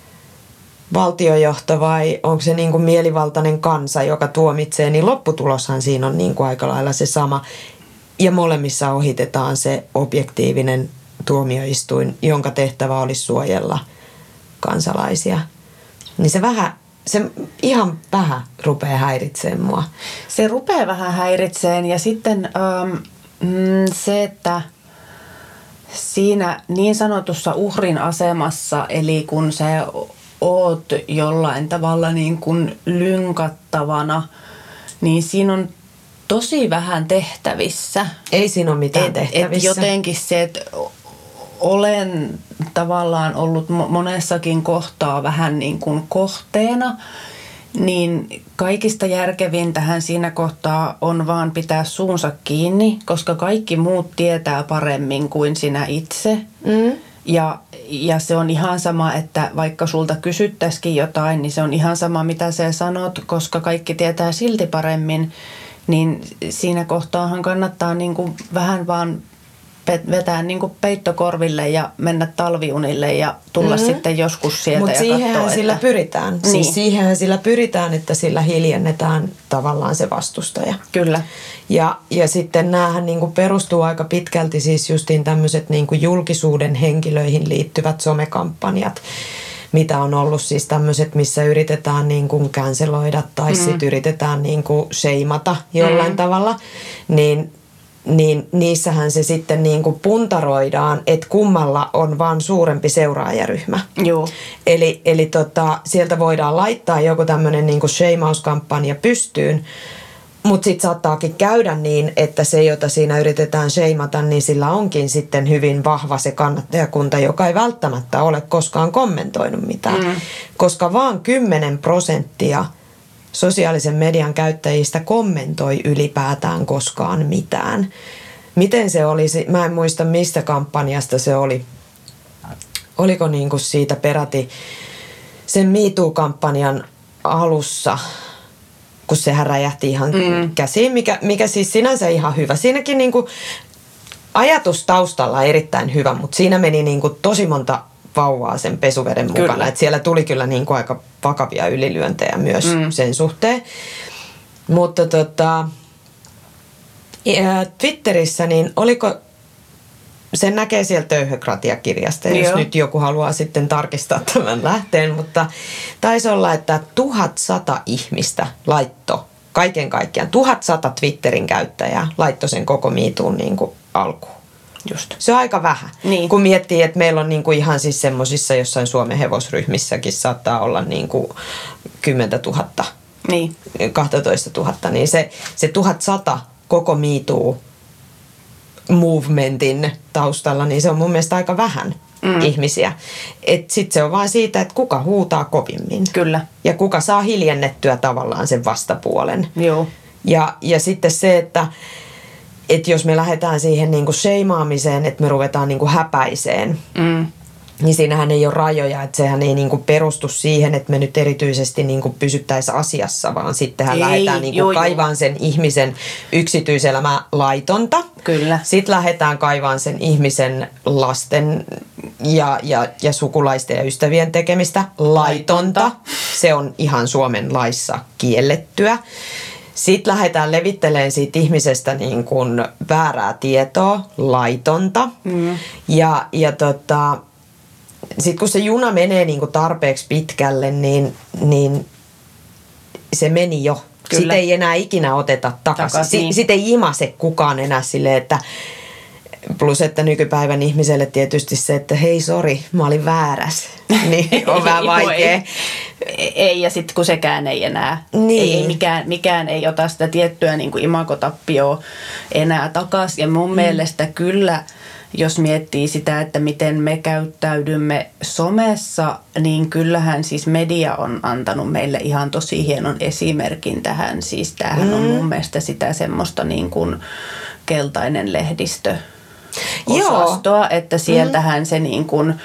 valtiojohto vai onko se niin kuin mielivaltainen kansa, joka tuomitsee, niin lopputuloshan siinä on niin kuin aika lailla se sama. Ja molemmissa ohitetaan se objektiivinen tuomioistuin, jonka tehtävä olisi suojella kansalaisia. Niin se vähän, se ihan vähän rupeaa häiritsemään mua. Se rupeaa vähän häiritseen ja sitten ähm, se, että siinä niin sanotussa uhrin asemassa, eli kun sä oot jollain tavalla niin kuin lynkattavana, niin siinä on tosi vähän tehtävissä. Ei siinä ole mitään et, tehtävissä. Et jotenkin se, että olen tavallaan ollut monessakin kohtaa vähän niin kuin kohteena, niin kaikista järkevintähän siinä kohtaa on vaan pitää suunsa kiinni, koska kaikki muut tietää paremmin kuin sinä itse. Mm. Ja, ja se on ihan sama, että vaikka sulta kysyttäisikin jotain, niin se on ihan sama, mitä sä sanot, koska kaikki tietää silti paremmin. niin siinä kohtaahan kannattaa niin kuin vähän vaan vetää niin kuin peittokorville ja mennä talviunille ja tulla mm-hmm. sitten joskus sieltä. Mutta ja siihenhän katsoa, sillä että... pyritään. Niin. Siis siihenhän sillä pyritään, että sillä hiljennetään tavallaan se vastustaja. Kyllä. Ja, ja sitten näähän niin kuin perustuu aika pitkälti siis justiin tämmöiset niin kuin julkisuuden henkilöihin liittyvät somekampanjat, mitä on ollut siis tämmöiset, missä yritetään niin kuin canceloida tai mm. sitten yritetään niin kuin sheimata jollain mm. tavalla, niin niin niissähän se sitten niin kuin puntaroidaan, että kummalla on vaan suurempi seuraajaryhmä. Joo. Eli, eli tota, sieltä voidaan laittaa joku tämmöinen niin kuin sheimauskampanja pystyyn, mutta sitten saattaakin käydä niin, että se, jota siinä yritetään sheimata, niin sillä onkin sitten hyvin vahva se kannattajakunta, joka ei välttämättä ole koskaan kommentoinut mitään. Mm. Koska vaan kymmenen prosenttia sosiaalisen median käyttäjistä kommentoi ylipäätään koskaan mitään. Miten se olisi? Mä en muista, mistä kampanjasta se oli. Oliko niin kuin siitä peräti sen Me Too-kampanjan alussa, kun sehän räjähti ihan mm. käsiin, mikä, mikä siis sinänsä ihan hyvä. Siinäkin niin kuin ajatus taustalla erittäin hyvä, mutta siinä meni niin kuin tosi monta vauvaa sen pesuveden mukana. Et siellä tuli kyllä niin kuin aika vakavia ylilyöntejä myös mm. sen suhteen. Mutta tota, Twitterissä, niin oliko, sen näkee sieltä Töyhökratia-kirjasta, jos Joo. nyt joku haluaa sitten tarkistaa tämän lähteen, mutta taisi olla, että tuhatsata ihmistä laitto kaiken kaikkiaan, tuhatsata Twitterin käyttäjää laitto sen koko Me Toon niin kuin alkuun. Just. Se on aika vähän. Niin. Kun miettii, että meillä on niinku ihan siis semmoisissa jossain Suomen hevosryhmissäkin saattaa olla niinku kymmentä tuhatta, niin. kaksitoista tuhatta, niin se, se tuhatsata koko Me Too movementin taustalla, niin se on mun mielestä aika vähän mm. ihmisiä. Sitten se on vaan siitä, että kuka huutaa kovimmin. Kyllä. Ja kuka saa hiljennettyä tavallaan sen vastapuolen. Joo. Ja, ja sitten se, että että jos me lähdetään siihen niinku sheimaamiseen, että me ruvetaan niinku häpäiseen, mm. niin siinähän ei ole rajoja, että sehän ei niinku perustu siihen, että me nyt erityisesti niinku pysyttäisiin asiassa, vaan sittenhän ei, lähdetään niinku joo, kaivaan joo. sen ihmisen yksityiselämää laitonta. Kyllä. Sitten lähdetään kaivaan sen ihmisen lasten ja, ja, ja sukulaisten ja ystävien tekemistä laitonta. laitonta. Se on ihan Suomen laissa kiellettyä. Sitten lähdetään levittelemään siitä ihmisestä niin kuin väärää tietoa, laitonta. Mm. Ja, ja tota, sitten kun se juna menee niin kuin tarpeeksi pitkälle, niin, niin se meni jo. Kyllä. Sitten ei enää ikinä oteta takaisin. Takas, niin. Sitten ei imase kukaan enää silleen, että plus, että nykypäivän ihmiselle tietysti se, että hei sori, mä olin väärässä. Niin on vähän vaikea. Ei, ei ja sitten kun sekään ei enää, niin. ei, ei mikään, mikään ei ota sitä tiettyä niin kuin imagotappioa enää takaisin. Ja mun mm. mielestä kyllä, jos miettii sitä, että miten me käyttäydymme somessa, niin kyllähän siis media on antanut meille ihan tosi hienon esimerkin tähän. Siis tämähän mm. on mun mielestä sitä semmoista niin kuin keltainen lehdistö osastoa, että sieltähän mm. se niin kuin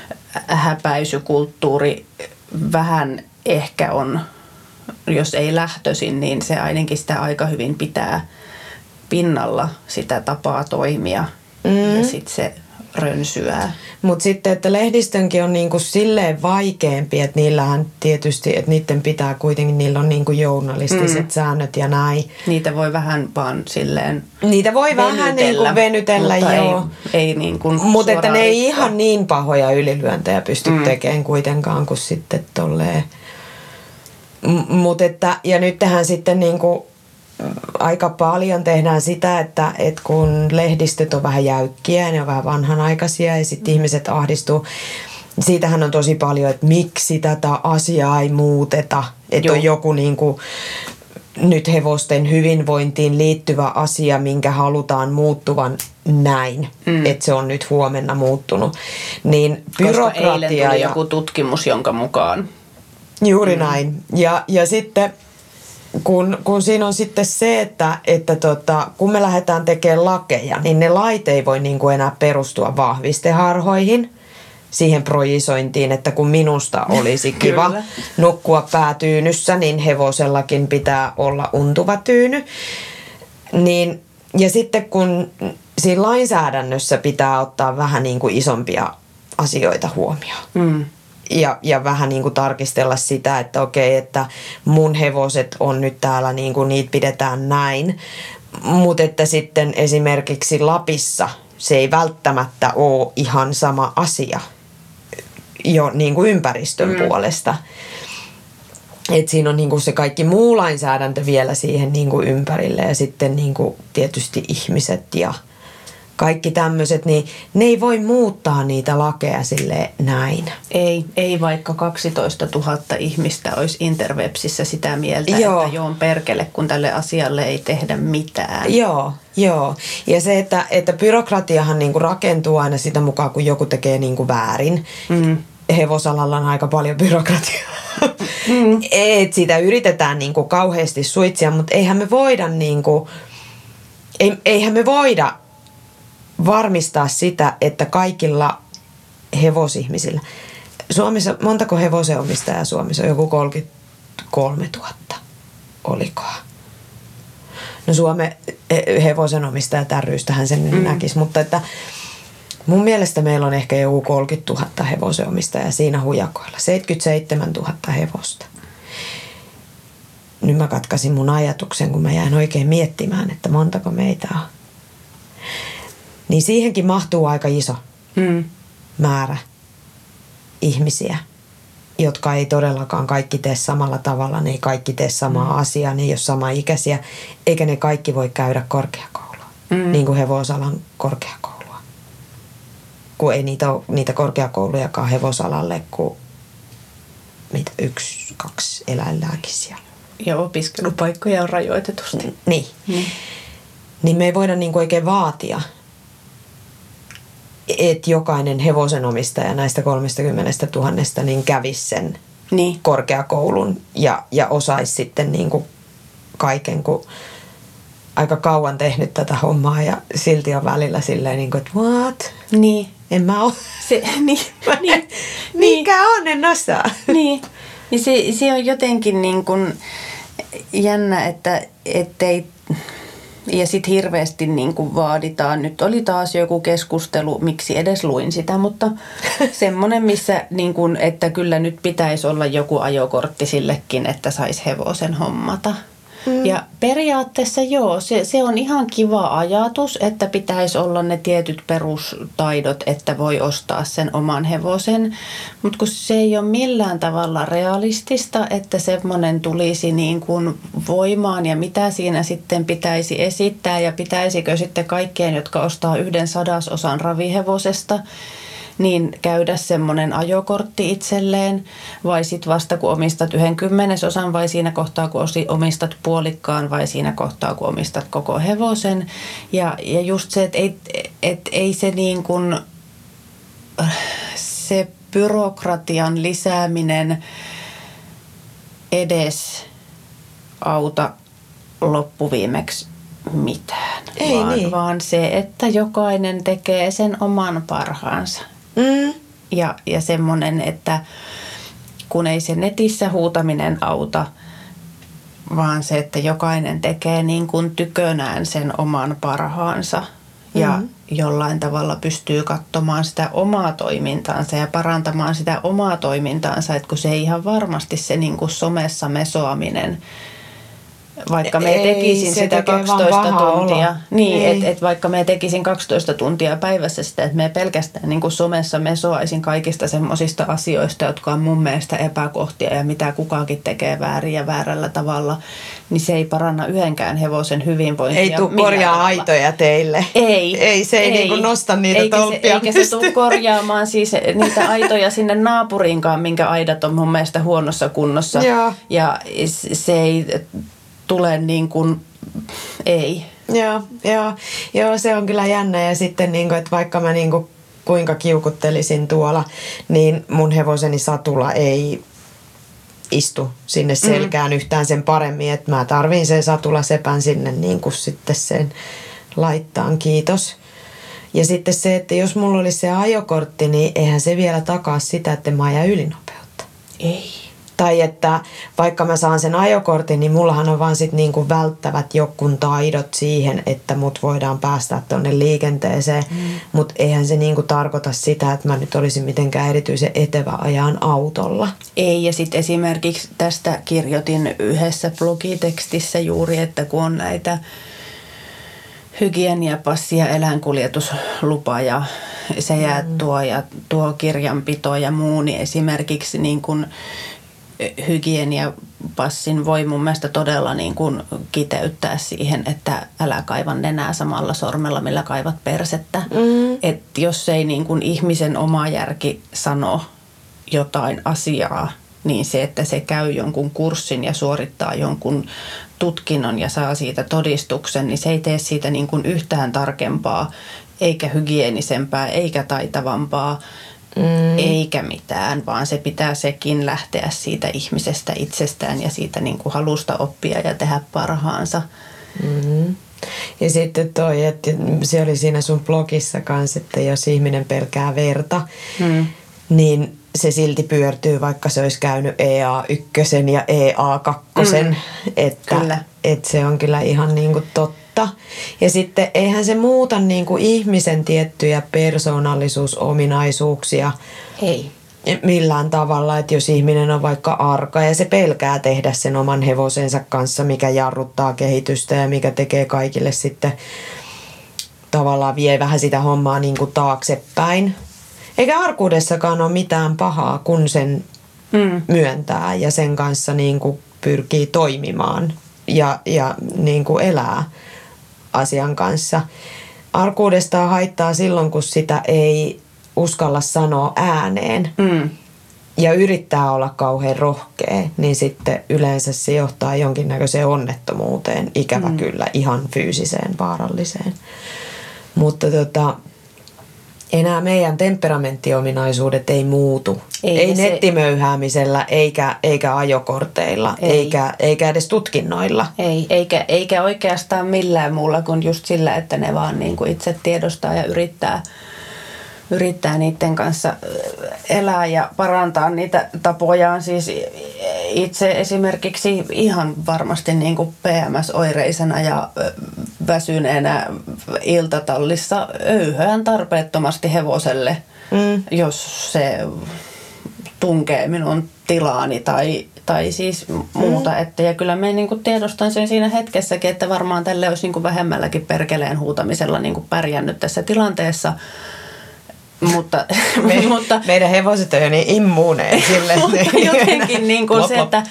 häpäisykulttuuri vähän ehkä on, jos ei lähtöisin, niin se ainakin sitä aika hyvin pitää pinnalla sitä tapaa toimia mm. ja sitten se rönsyää. Mutta sitten, että lehdistönkin on niinku silleen vaikeampi, että niillähän tietysti, että niiden pitää kuitenkin, niillä on niinku journalistiset mm. säännöt ja näin. Niitä voi vähän vaan silleen Niitä voi venytellä, vähän niinku venytellä, mutta joo. Ei, ei niinku mutta että ne ei ihan niin pahoja ylilyöntejä pysty mm. tekemään kuitenkaan kuin sitten tolleen. M- Mutta että, ja nyt tehdään sitten niinku aika paljon tehdään sitä, että, että kun lehdistöt on vähän jäykkiä, ne on vähän vanhanaikaisia ja sitten mm. ihmiset ahdistuu. Siitähän on tosi paljon, että miksi tätä asiaa ei muuteta. Että on joku niin kuin nyt hevosten hyvinvointiin liittyvä asia, minkä halutaan muuttuvan näin. Mm. Että se on nyt huomenna muuttunut. Niin byrokratia. Koska eilen tuli ja joku tutkimus, jonka mukaan. Juuri mm. näin. Ja, ja sitten Kun, kun siinä on sitten se, että, että tota, kun me lähdetään tekemään lakeja, niin ne lait ei voi niin kuin enää perustua vahvisteharhoihin, siihen projisointiin, että kun minusta olisi kiva nukkua päätyynyssä, niin hevosellakin pitää olla untuva tyyny. Niin, ja sitten kun siinä lainsäädännössä pitää ottaa vähän niin kuin isompia asioita huomioon. Mm. Ja, ja vähän niin kuin tarkistella sitä, että okei, että mun hevoset on nyt täällä, niin kuin niitä pidetään näin. Mutta että sitten esimerkiksi Lapissa se ei välttämättä ole ihan sama asia jo niin kuin ympäristön mm. puolesta. Että siinä on niin kuin se kaikki muu lainsäädäntö vielä siihen niin kuin ympärille ja sitten niin kuin tietysti ihmiset ja kaikki tämmöiset, niin ne ei voi muuttaa niitä lakeja silleen näin. Ei, ei vaikka kaksitoistatuhatta ihmistä olisi interwebsissä sitä mieltä, joo. että joo perkele, kun tälle asialle ei tehdä mitään. Joo, joo. Ja se, että, että byrokratiahan niinku rakentuu aina sitä mukaan, kun joku tekee niinku väärin. Mm. Hevosalalla on aika paljon byrokratiaa. Mm. Et sitä yritetään niinku kauheasti suitsia, mutta eihän me voida niinku, eihän me voida varmistaa sitä, että kaikilla hevosihmisillä. Suomessa, montako hevosen omistajaa Suomessa? Joku kolmekymmentäkolmetuhatta. Olikohan? No Suomen hevosen omistajat ryystähän sen mm. näkisi, mutta että mun mielestä meillä on ehkä joku kolmekymmentätuhatta hevosen omistajaa siinä hujakoilla. seitsemänkymmentäseitsemäntuhatta hevosta. Nyt mä katkasin mun ajatuksen, kun mä jäin oikein miettimään, että montako meitä on. Niin siihenkin mahtuu aika iso hmm. määrä ihmisiä, jotka ei todellakaan kaikki tee samalla tavalla. Ne ei kaikki tee samaa hmm. asiaa, ne ei ole samaikäisiä, eikä ne kaikki voi käydä korkeakoulua, hmm. niin kuin hevosalan korkeakoulua. Kun ei niitä ole niitä korkeakoulujakaan hevosalalle, kuin mitä yksi, kaksi eläinlääkisiä. Ja opiskelupaikkoja on rajoitetusti. Niin. Hmm. Niin me ei voida niin kuin oikein vaatia, että jokainen hevosenomistaja näistä kolmekymmentätuhatta niin kävisi sen niin. korkeakoulun ja, ja osaisi sitten niin kuin kaiken, kun aika kauan tehnyt tätä hommaa ja silti on välillä silleen niin kuin, että what? Niin. En mä ole. Se, niin, niin, mikä on, en osaa. Niin, niin se, se on jotenkin niin kuin jännä, että ettei. Ja sitten hirveästi niin kuin vaaditaan. Nyt oli taas joku keskustelu, miksi edes luin sitä, mutta semmoinen, missä niin kuin, että kyllä nyt pitäisi olla joku ajokortti sillekin, että saisi hevosen hommata. Mm. Ja periaatteessa joo, se, se on ihan kiva ajatus, että pitäisi olla ne tietyt perustaidot, että voi ostaa sen oman hevosen. Mutta kun se ei ole millään tavalla realistista, että semmoinen tulisi niin kuin voimaan ja mitä siinä sitten pitäisi esittää ja pitäisikö sitten kaikkien, jotka ostaa yhden sadasosan ravihevosesta, niin käydä semmoinen ajokortti itselleen, vai sitten vasta kun omistat yhden kymmenesosan, vai siinä kohtaa kun omistat puolikkaan, vai siinä kohtaa kun omistat koko hevosen. Ja, ja just se, että ei, et, ei se niin kuin, se byrokratian lisääminen edes auta loppuviimeksi mitään. Ei vaan, niin. vaan se, että jokainen tekee sen oman parhaansa. Mm. Ja, ja semmoinen, että kun ei se netissä huutaminen auta, vaan se, että jokainen tekee niin kuin tykönään sen oman parhaansa ja mm. jollain tavalla pystyy katsomaan sitä omaa toimintaansa ja parantamaan sitä omaa toimintaansa, että kun se ei ihan varmasti se niin kuin somessa mesoaminen, vaikka me ei, tekisin sitä kaksitoista tuntia, niin, että et vaikka me tekisin kaksitoista tuntia päivässä sitä, että me pelkästään niin kuin somessa mesoaisin kaikista semmoisista asioista, jotka on mun mielestä epäkohtia ja mitä kukaankin tekee väärin ja väärällä tavalla, niin se ei paranna yhdenkään hevosen hyvinvointia. Ei tule korjaa aitoja teille. Ei. Ei se ei, ei niin kuin nosta niitä eikä tolppia. Se, eikä se tule korjaamaan siis niitä aitoja sinne naapuriinkaan, minkä aidat on mun mielestä huonossa kunnossa. Joo. Ja se ei tulee niin kuin, ei. Joo, joo, joo, se on kyllä jännä ja sitten niin kuin, että vaikka mä niin kuin kuinka kiukuttelisin tuolla, niin mun hevoseni satula ei istu sinne selkään mm. yhtään sen paremmin, että mä tarviin sen satulasepän sinne niin kuin sitten sen laittaan, kiitos. Ja sitten se, että jos mulla olisi se ajokortti, niin eihän se vielä takaa sitä, että mä ajan ylinopeutta. Ei. Tai että vaikka mä saan sen ajokortin, niin mullahan on vaan sit niinku välttävät jokkun taidot siihen, että mut voidaan päästä tonne liikenteeseen. Mm. Mutta eihän se niinku tarkoita sitä, että mä nyt olisin mitenkään erityisen etevä ajan autolla. Ei, ja sitten esimerkiksi tästä kirjoitin yhdessä blogitekstissä juuri, että kun on näitä hygieniapassi ja eläinkuljetuslupa ja se jää mm. tuo ja tuo kirjanpito ja muu, niin esimerkiksi niin kun hygieniapassin voi mun mielestä todella niin kuin kiteyttää siihen, että älä kaiva nenää samalla sormella, millä kaivat persettä. Mm. Että jos ei niin kuin ihmisen oma järki sano jotain asiaa, niin se, että se käy jonkun kurssin ja suorittaa jonkun tutkinnon ja saa siitä todistuksen, niin se ei tee siitä niin kuin yhtään tarkempaa, eikä hygienisempää, eikä taitavampaa. Mm. Eikä mitään, vaan se pitää sekin lähteä siitä ihmisestä itsestään ja siitä niin kuin halusta oppia ja tehdä parhaansa. Mm. Ja sitten toi, että se oli siinä sun blogissa kanssa, että jos ihminen pelkää verta, mm. niin se silti pyörtyy, vaikka se olisi käynyt E A yksi ja E A kaksi. Mm. Että, että se on kyllä ihan niin kuin totta. Ja sitten eihän se muuta niin kuin ihmisen tiettyjä persoonallisuusominaisuuksia Ei. millään tavalla, että jos ihminen on vaikka arka ja se pelkää tehdä sen oman hevosensa kanssa, mikä jarruttaa kehitystä ja mikä tekee kaikille sitten tavallaan vie vähän sitä hommaa niin kuin taaksepäin. Eikä arkuudessakaan ole mitään pahaa, kun sen mm. myöntää ja sen kanssa niin kuin pyrkii toimimaan ja, ja niin kuin elää asian kanssa. Arkuudestaan haittaa silloin, kun sitä ei uskalla sanoa ääneen mm. ja yrittää olla kauhean rohkea, niin sitten yleensä se johtaa jonkinnäköiseen onnettomuuteen, ikävä mm. kyllä, ihan fyysiseen, vaaralliseen. Mutta tota, enää meidän temperamenttiominaisuudet ei muutu. Ei, ei nettimöyhäämisellä eikä, eikä ajokorteilla, ei. eikä, eikä edes tutkinnoilla. Ei, eikä, eikä oikeastaan millään muulla kuin just sillä, että ne vaan niin kuin itse tiedostaa ja yrittää, yrittää niiden kanssa elää ja parantaa niitä tapojaan. Siis itse esimerkiksi ihan varmasti niin kuin P M S-oireisena ja väsyneenä iltatallissa öyhään tarpeettomasti hevoselle, mm. jos se tunkee minun tilaani tai, tai siis muuta. Mm. Että, ja kyllä me niin kuin tiedostan sen siinä hetkessäkin, että varmaan tälle olisi niin kuin vähemmälläkin perkeleen huutamisella niin kuin pärjännyt tässä tilanteessa. Mutta, Me, mutta, meidän hevoset on jo niin immuuneja sille. Mutta jotenkin niin kuin se, että,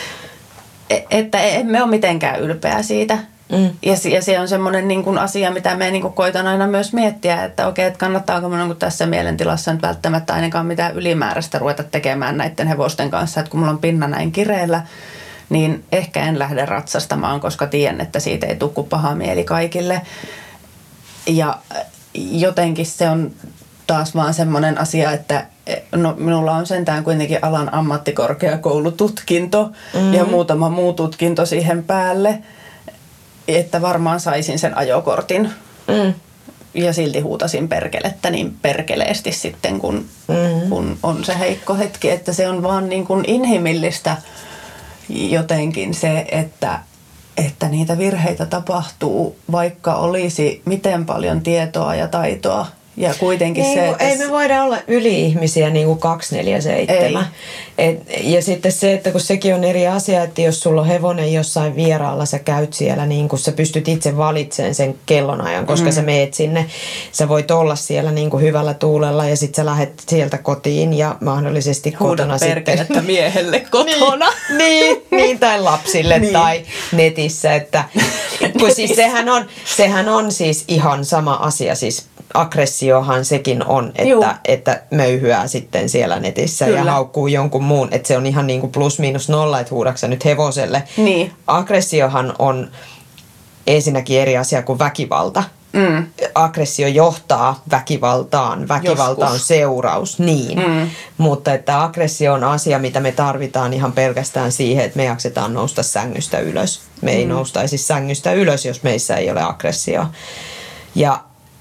että emme ole mitenkään ylpeä siitä. Mm. Ja, ja se on semmoinen niin kuin asia, mitä me niin kuin koitan aina myös miettiä, että okei, että kannattaako minun niin tässä mielentilassa nyt välttämättä ainakaan mitään ylimääräistä ruveta tekemään näiden hevosten kanssa, että kun mulla on pinna näin kireellä, niin ehkä en lähde ratsastamaan, koska tiedän, että siitä ei tule kuin paha mieli kaikille. Ja jotenkin se on taas vaan semmoinen asia, että no, minulla on sentään kuitenkin alan ammattikorkeakoulututkinto mm. ja muutama muu tutkinto siihen päälle, että varmaan saisin sen ajokortin. Mm. Ja silti huutasin perkelettä niin perkeleesti sitten, kun, mm. kun on se heikko hetki. Että se on vaan niin kuin inhimillistä jotenkin se, että, että niitä virheitä tapahtuu, vaikka olisi miten paljon tietoa ja taitoa. Ja kuitenkin ei, se, että ei me voida olla yli-ihmisiä niin kuin kaksikymmentäneljä seitsemän. Et, ja sitten se, että kun sekin on eri asia, että jos sulla on hevonen jossain vieraalla, sä käyt siellä, niin kun sä pystyt itse valitsemaan sen kellonajan, koska mm. sä meet sinne. Sä voit olla siellä niin kuin hyvällä tuulella ja sitten sä lähdet sieltä kotiin ja mahdollisesti huudat kotona perkelettä sitten miehelle kotona. niin, niin, tai lapsille niin. Tai netissä. Että, kun siis sehän on, sehän on siis ihan sama asia, siis aggressiohan sekin on, että, että möyhyää sitten siellä netissä Kyllä. ja haukkuu jonkun muun. Että se on ihan niin kuin plus miinus nolla, että huudaksa nyt hevoselle. Niin. Aggressiohan on ensinnäkin eri asia kuin väkivalta. Mm. Aggressio johtaa väkivaltaan. Väkivalta Joskus. on seuraus, niin. Mm. Mutta että aggressio on asia, mitä me tarvitaan ihan pelkästään siihen, että me jaksetaan nousta sängystä ylös. Me mm. ei noustaisi sängystä ylös, jos meissä ei ole aggressioa. Ja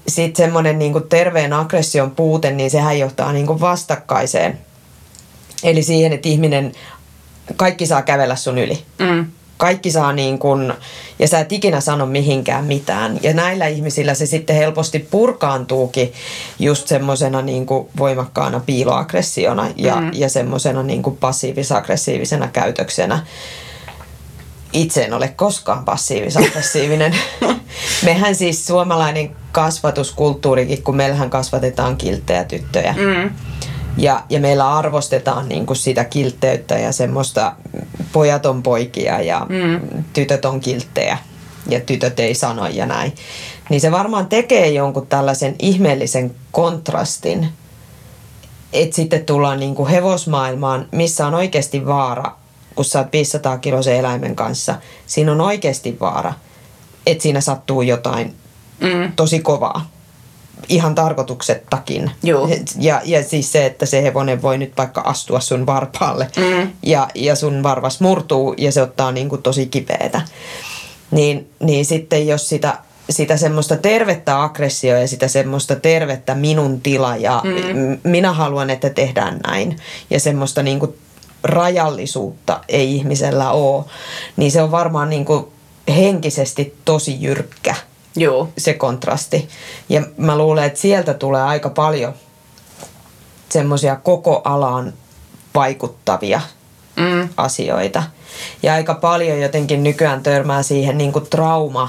sitten semmoinen niin kuin terveen aggression puute, niin sehän johtaa niin kuin vastakkaiseen. Eli siihen, että ihminen, kaikki saa kävellä sun yli. Mm. Kaikki saa niin kuin, ja sä et ikinä sano mihinkään mitään. Ja näillä ihmisillä se sitten helposti purkaantuukin just semmoisena niin kuin voimakkaana piiloaggressiona ja, mm. ja semmoisena niin kuin passiivis-aggressiivisena käytöksenä. Itse en ole koskaan passiivis-aggressiivinen. Mehän siis suomalainen kasvatuskulttuurikin, kun meillähän kasvatetaan kilttejä tyttöjä. Mm. Ja, ja meillä arvostetaan niin kuin sitä kiltteyttä ja semmoista pojat on poikia ja mm. tytöt on kilttejä ja tytöt ei sano ja näin. Niin se varmaan tekee jonkun tällaisen ihmeellisen kontrastin, että sitten tullaan niin kuin hevosmaailmaan, missä on oikeasti vaara, kun sä oot viisisataa kiloisen eläimen kanssa. Siinä on oikeasti vaara, että siinä sattuu jotain mm. tosi kovaa. Ihan tarkoituksettakin. Ja, ja siis se, että se hevonen voi nyt vaikka astua sun varpaalle mm. ja, ja sun varvas murtuu ja se ottaa niin kuin tosi kipeätä. Niin, niin sitten jos sitä, sitä semmoista tervettä aggressioa ja sitä semmoista tervettä minun tila ja mm. minä haluan, että tehdään näin ja semmoista niin kuin rajallisuutta ei ihmisellä ole, niin se on varmaan niin kuin henkisesti tosi jyrkkä. Joo. Se kontrasti. Ja mä luulen, että sieltä tulee aika paljon semmoisia koko alaan vaikuttavia mm. asioita. Ja aika paljon jotenkin nykyään törmää siihen niin kuin trauma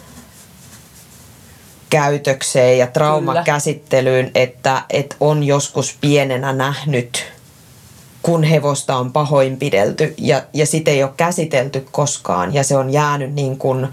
käytökseen ja traumakäsittelyyn, että, että on joskus pienenä nähnyt, kun hevosta on pahoinpidelty ja, ja sitä ei ole käsitelty koskaan ja se on jäänyt niin kuin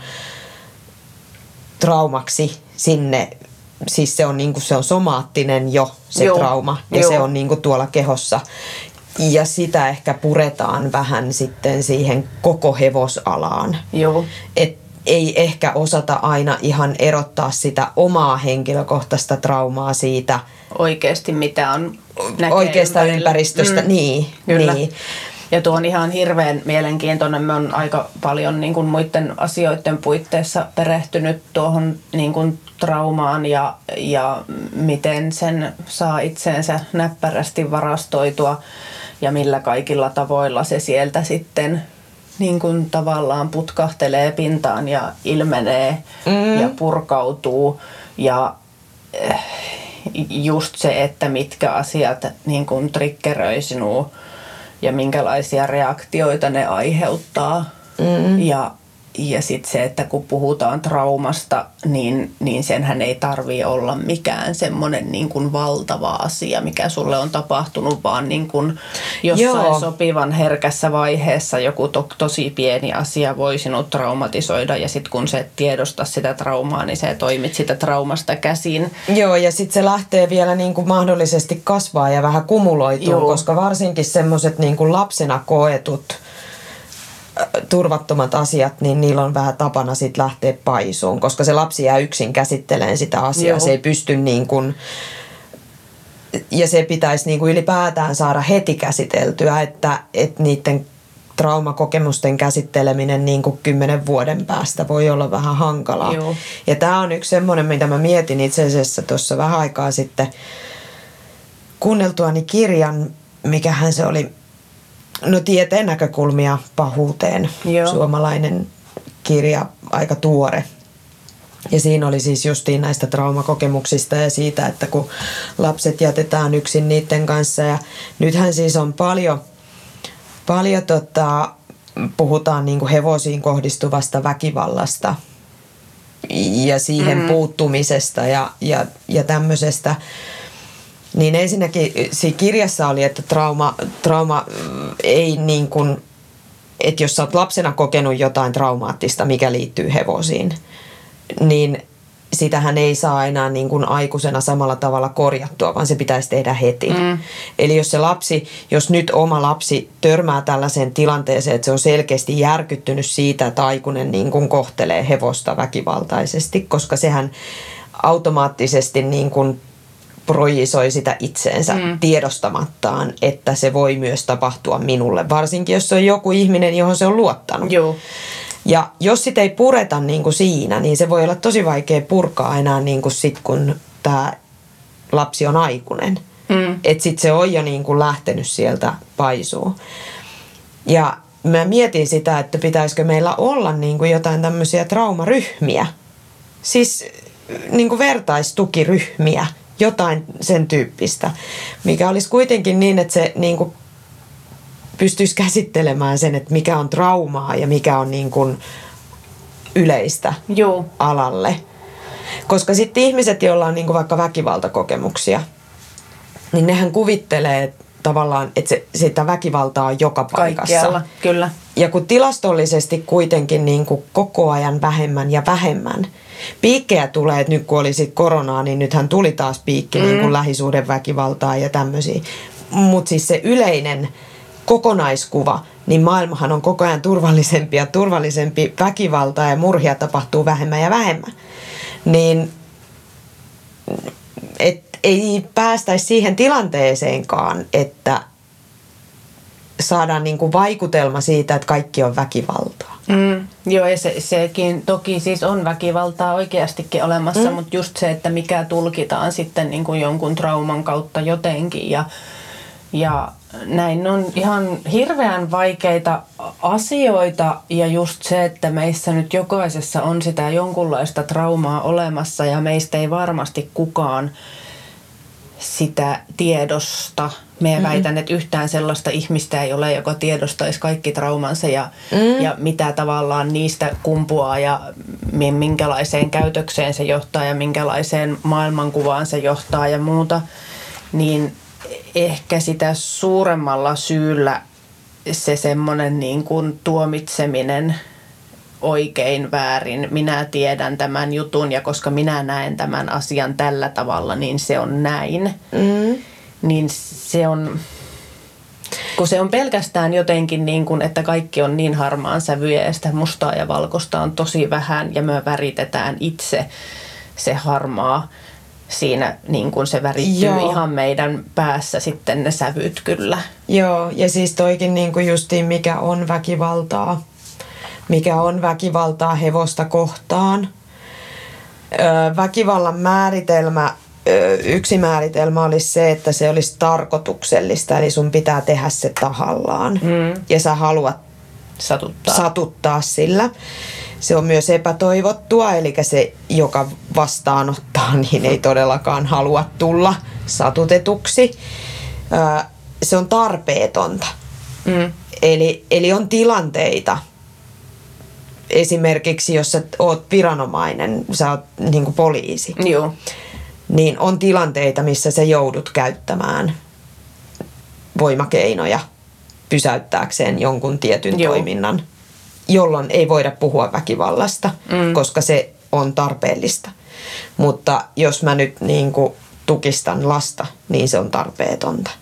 traumaksi sinne, siis se on, niin kuin, se on somaattinen jo se Joo. trauma ja Joo. se on niin kuin tuolla kehossa ja sitä ehkä puretaan vähän sitten siihen koko hevosalaan. Joo. Et ei ehkä osata aina ihan erottaa sitä omaa henkilökohtaista traumaa siitä oikeasti mitä on oikeasta ympärillä. Ympäristöstä, mm. niin, niin. Ja tuo on ihan hirveän mielenkiintoinen. Me on aika paljon niin kuin muiden asioiden puitteissa perehtynyt tuohon niin kuin traumaan ja, ja miten sen saa itseensä näppärästi varastoitua ja millä kaikilla tavoilla se sieltä sitten niin kuin tavallaan putkahtelee pintaan ja ilmenee mm. ja purkautuu. Ja just se, että mitkä asiat niin kuin triggeröi sinua ja minkälaisia reaktioita ne aiheuttaa. Mm. Ja, ja sitten se, että kun puhutaan traumasta, niin, niin senhän ei tarvitse olla mikään semmoinen niin kuin valtava asia, mikä sulle on tapahtunut, vaan niin kuin jossain Joo. sopivan herkässä vaiheessa joku to, tosi pieni asia voi sinut traumatisoida. Ja sitten kun se et tiedosta sitä traumaa, niin se toimit sitä traumasta käsin. Joo, ja sitten se lähtee vielä niin kuin mahdollisesti kasvaa ja vähän kumuloituu, Joo. koska varsinkin semmoiset niin kuin lapsena koetut turvattomat asiat, niin niillä on vähän tapana sitten lähteä paisuun, koska se lapsi jää yksin käsittelemään sitä asiaa. Joo. Se ei pysty niin kuin, ja se pitäisi niin kuin ylipäätään saada heti käsiteltyä, että, että niiden traumakokemusten käsitteleminen niin kuin kymmenen vuoden päästä voi olla vähän hankalaa. Joo. Ja tämä on yksi semmoinen, mitä mä mietin itse asiassa tuossa vähän aikaa sitten kuunneltuani kirjan, mikähän se oli, no tieteen näkökulmia pahuuteen. Joo. Suomalainen kirja, aika tuore. Ja siinä oli siis justiin näistä traumakokemuksista ja siitä, että kun lapset jätetään yksin niiden kanssa. Ja nythän siis on paljon, paljon tota, puhutaan niin kuin hevosiin kohdistuvasta väkivallasta ja siihen mm-hmm. puuttumisesta ja, ja, ja tämmöisestä. Niin ensinnäkin siinä kirjassa oli, että trauma, trauma ei niin kuin, että jos sä oot lapsena kokenut jotain traumaattista, mikä liittyy hevosiin, niin sitähän ei saa enää niin kuin aikuisena samalla tavalla korjattua, vaan se pitäisi tehdä heti. Mm. Eli jos se lapsi, jos nyt oma lapsi törmää tällaiseen tilanteeseen, että se on selkeästi järkyttynyt siitä, että aikuinen niin kuin kohtelee hevosta väkivaltaisesti, koska sehän automaattisesti niin kuin projisoi sitä itseensä mm. tiedostamattaan, että se voi myös tapahtua minulle. Varsinkin, jos se on joku ihminen, johon se on luottanut. Joo. Ja jos sitä ei pureta niin kuin siinä, niin se voi olla tosi vaikea purkaa enää niin kuin sit, kun tämä lapsi on aikuinen. Mm. Että sitten se on jo niin kuin lähtenyt sieltä paisuun. Ja mä mietin sitä, että pitäisikö meillä olla niin kuin jotain tämmöisiä traumaryhmiä. Siis niin kuin vertaistukiryhmiä, jotain sen tyyppistä, mikä olisi kuitenkin niin, että se niin kuin pystyisi käsittelemään sen, että mikä on traumaa ja mikä on niin kuin yleistä Joo. alalle. Koska sitten ihmiset, joilla on niin kuin vaikka väkivaltakokemuksia, niin nehän kuvittelee tavallaan, että se, sitä väkivaltaa on joka paikassa. Kaikkialla, kyllä. Ja kun tilastollisesti kuitenkin niin kuin koko ajan vähemmän ja vähemmän. Piikkejä tulee, että nyt kun oli sit koronaa, niin nythän tuli taas piikki mm. niin kuin lähisuhdeväkivaltaa ja tämmöisiä. Mutta siis se yleinen kokonaiskuva, niin maailmahan on koko ajan turvallisempi ja turvallisempi, väkivaltaa ja murhia tapahtuu vähemmän ja vähemmän. Niin et ei päästäisi siihen tilanteeseenkaan, että saadaan niinku vaikutelma siitä, että kaikki on väkivaltaa. Mm, joo, ja se, sekin toki siis on väkivaltaa oikeastikin olemassa, mm. mutta just se, että mikä tulkitaan sitten niinku jonkun trauman kautta jotenkin. Ja, ja näin on ihan hirveän vaikeita asioita, ja just se, että meissä nyt jokaisessa on sitä jonkunlaista traumaa olemassa, ja meistä ei varmasti kukaan sitä tiedosta. Mä mm-hmm. väitän, että yhtään sellaista ihmistä ei ole, joka tiedostaisi kaikki traumansa ja, mm. ja mitä tavallaan niistä kumpuaa ja minkälaiseen käytökseen se johtaa ja minkälaiseen maailmankuvaan se johtaa ja muuta. Niin ehkä sitä suuremmalla syyllä se semmoinen niin kuin tuomitseminen oikein, väärin, minä tiedän tämän jutun ja koska minä näen tämän asian tällä tavalla, niin se on näin. Mm. Niin se on, kun se on pelkästään jotenkin niin kuin, että kaikki on niin harmaan sävyjä ja sitä mustaa ja valkoista on tosi vähän ja me väritetään itse se harmaa. Siinä niin kuin se värittyy Joo. ihan meidän päässä sitten ne sävyt kyllä. Joo, ja siis toikin niin kuin justiin mikä on väkivaltaa. Mikä on väkivaltaa hevosta kohtaan. Öö, väkivallan määritelmä, öö, yksi määritelmä olisi se, että se olisi tarkoituksellista, eli sun pitää tehdä se tahallaan. Mm. Ja sä haluat satuttaa. satuttaa sillä. Se on myös epätoivottua, eli se, joka vastaanottaa, niin ei todellakaan halua tulla satutetuksi. Öö, se on tarpeetonta. Mm. Eli, eli on tilanteita, esimerkiksi jos sä oot viranomainen, sä oot niin kuin poliisi, Joo. niin on tilanteita, missä sä joudut käyttämään voimakeinoja pysäyttääkseen jonkun tietyn Joo. toiminnan, jolloin ei voida puhua väkivallasta, mm. koska se on tarpeellista. Mutta jos mä nyt niin kuin tukistan lasta, niin se on tarpeetonta.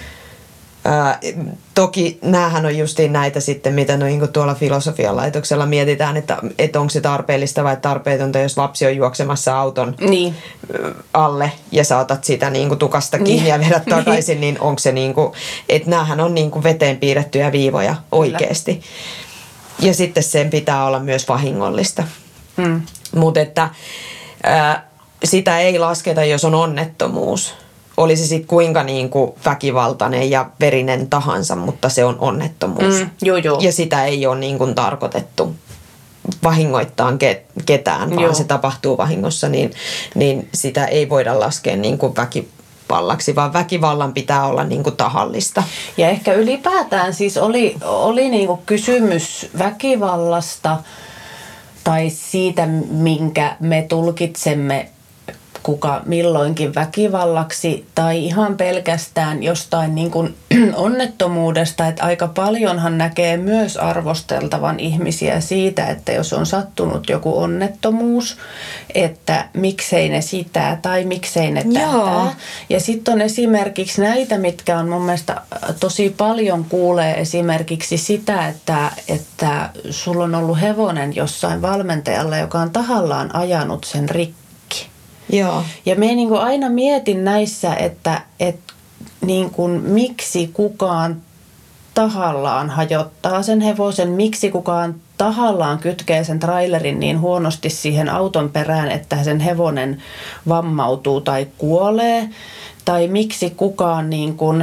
Ää, toki näähän on justiin näitä sitten, mitä no, niin tuolla filosofian laitoksella mietitään, että, että onko se tarpeellista vai tarpeetonta, jos lapsi on juoksemassa auton niin. alle ja sä otat sitä niin kuin tukasta kiinni niin. ja vedät takaisin, niin onko se niin kuin, että näähän on niin kuin veteen piirrettyjä viivoja oikeasti. Kyllä. Ja sitten sen pitää olla myös vahingollista. Hmm. Mutta että ää, sitä ei lasketa, jos on onnettomuus. Olisi sitten kuinka niin kuin väkivaltainen ja verinen tahansa, mutta se on onnettomuus. Mm, joo, joo. Ja sitä ei ole niin kuin tarkoitettu vahingoittaa ketään, vaan joo. se tapahtuu vahingossa, niin, niin sitä ei voida laskea niin kuin väkivallaksi, vaan väkivallan pitää olla niin kuin tahallista. Ja ehkä ylipäätään siis oli, oli niin kuin kysymys väkivallasta tai siitä, minkä me tulkitsemme kuka milloinkin väkivallaksi tai ihan pelkästään jostain niin kuin onnettomuudesta, että aika paljonhan näkee myös arvosteltavan ihmisiä siitä, että jos on sattunut joku onnettomuus, että miksei ne sitä tai miksei ne tätä. Ja sitten on esimerkiksi näitä, mitkä on mun mielestä tosi paljon kuulee esimerkiksi sitä, että, että sulla on ollut hevonen jossain valmentajalla, joka on tahallaan ajanut sen rikki. Joo. Ja me niin kuin aina mietin näissä, että, että niin kuin, miksi kukaan tahallaan hajottaa sen hevosen, miksi kukaan tahallaan kytkee sen trailerin niin huonosti siihen auton perään, että sen hevonen vammautuu tai kuolee, tai miksi kukaan niin kuin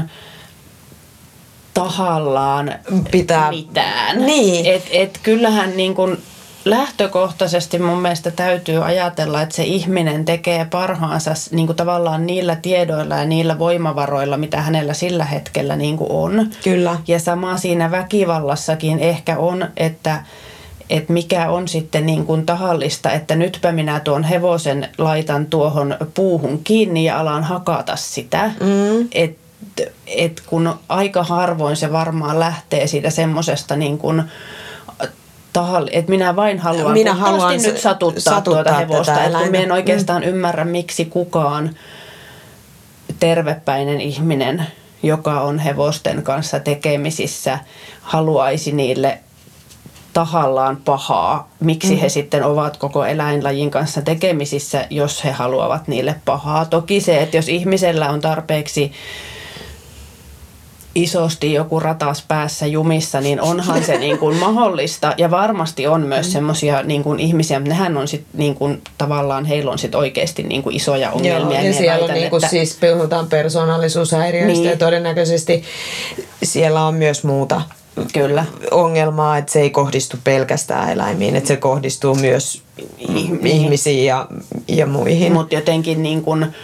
tahallaan pitää mitään. Niin. Et, et kyllähän niin kuin lähtökohtaisesti mun mielestä täytyy ajatella, että se ihminen tekee parhaansa niin kuin tavallaan niillä tiedoilla ja niillä voimavaroilla, mitä hänellä sillä hetkellä niin kuin on. Kyllä. Ja sama siinä väkivallassakin ehkä on, että, että mikä on sitten niin kuin tahallista, että nytpä minä tuon hevosen laitan tuohon puuhun kiinni ja alan hakata sitä. Mm. Että et kun aika harvoin se varmaan lähtee siitä semmosesta niin kuin että minä vain haluan, minä haluan nyt satuttaa, satuttaa tuota hevosta. Että kun minä en oikeastaan mm. ymmärrä, miksi kukaan tervepäinen ihminen, joka on hevosten kanssa tekemisissä, haluaisi niille tahallaan pahaa. Miksi mm. he sitten ovat koko eläinlajin kanssa tekemisissä, jos he haluavat niille pahaa. Toki se, että jos ihmisellä on tarpeeksi isosti joku ratas päässä jumissa, niin onhan se niin kuin mahdollista. Ja varmasti on myös semmoisia niin kuin ihmisiä, mutta nehän on sitten niin kuin, tavallaan, heillä on sitten oikeasti niin kuin isoja ongelmia. Joo, ja siellä väitän, on niin kuin, että siis puhutaan persoonallisuushäiriöistä niin. Ja todennäköisesti siellä on myös muuta Kyllä. ongelmaa, että se ei kohdistu pelkästään eläimiin, että se kohdistuu myös niin. ihmisiin ja, ja muihin. Mutta jotenkin niin kuin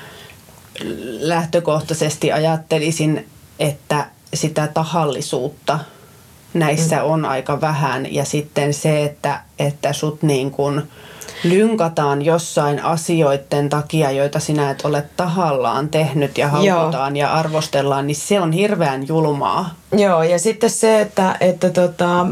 lähtökohtaisesti ajattelisin, että sitä tahallisuutta näissä mm. on aika vähän. Ja sitten se, että, että sut niin kuin lynkataan jossain asioiden takia, joita sinä et ole tahallaan tehnyt ja haukutaan ja arvostellaan, niin se on hirveän julmaa. Joo, ja sitten se, että, että tota,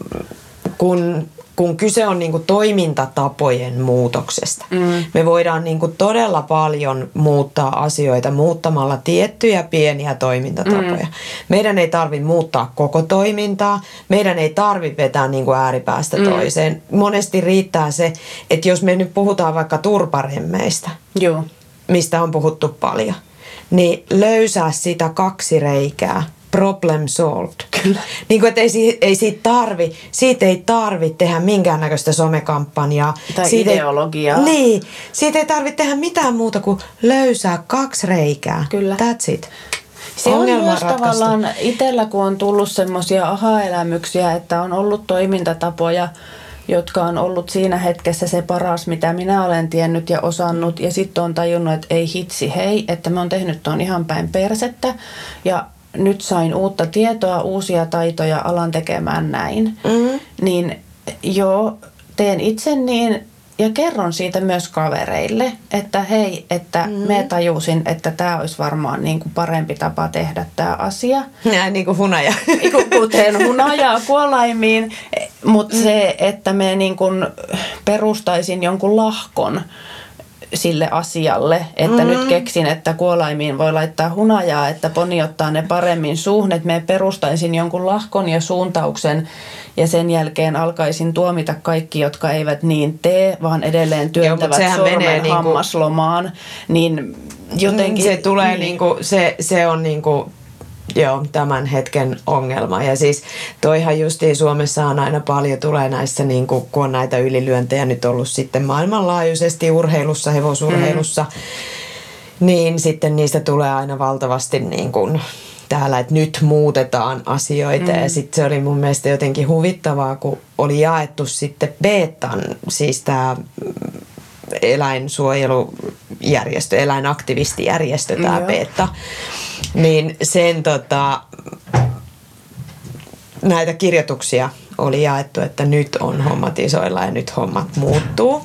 kun... kun kyse on niinku toimintatapojen muutoksesta. Mm. Me voidaan niinku todella paljon muuttaa asioita muuttamalla tiettyjä pieniä toimintatapoja. Mm. Meidän ei tarvitse muuttaa koko toimintaa. Meidän ei tarvitse vetää niinku ääripäästä mm. toiseen. Monesti riittää se, että jos me nyt puhutaan vaikka turparemmeistä, Joo. mistä on puhuttu paljon, niin löysää sitä kaksi reikää. Problem solved. Kyllä. Niin kuin, että ei, ei siitä, tarvi, siitä ei tarvi tehdä minkäännäköistä somekampanjaa. Tai siitä ideologiaa. Ei, niin. Siitä ei tarvitse tehdä mitään muuta kuin löysää kaksi reikää. Kyllä. That's it. Se Ongelma on myös ratkaistu. Tavallaan itsellä, kun on tullut semmoisia aha-elämyksiä, että on ollut toimintatapoja, jotka on ollut siinä hetkessä se paras, mitä minä olen tiennyt ja osannut. Ja sitten on tajunnut, että ei hitsi, hei, että mä oon tehnyt tuon ihan päin persettä. Ja nyt sain uutta tietoa, uusia taitoja, alan tekemään näin. Mm-hmm. Niin joo, teen itse niin ja kerron siitä myös kavereille, että hei, että mm-hmm. me tajusin, että tämä olisi varmaan niin kuin parempi tapa tehdä tämä asia. Ja niin kuin hunaja. Kuten hunajaa kuolaimiin, mutta mm. se, että me niin kuin perustaisin jonkun lahkon sille asialle, että mm-hmm. nyt keksin, että kuolaimiin voi laittaa hunajaa, että poni ottaa ne paremmin suuhun, että me perustaisin jonkun lahkon ja suuntauksen ja sen jälkeen alkaisin tuomita kaikki, jotka eivät niin tee, vaan edelleen työntävät Joo, sormen hammaslomaan, niin jotenkin se tulee niin. Niinku, se, se on niinku Joo, tämän hetken ongelma. Ja siis toihan justiin Suomessa on aina paljon tulee näissä, niin kun on näitä ylilyöntejä nyt ollut sitten maailmanlaajuisesti urheilussa, hevosurheilussa, mm. niin sitten niistä tulee aina valtavasti niin kuin täällä, että nyt muutetaan asioita. Mm. Ja sitten se oli mun mielestä jotenkin huvittavaa, kun oli jaettu sitten Betan, siis tämä eläinsuojelujärjestö, eläinaktivistijärjestö, tämä mm, Beta. Niin sen tota, näitä kirjoituksia oli jaettu, että nyt on hommat isoilla ja nyt hommat muuttuu.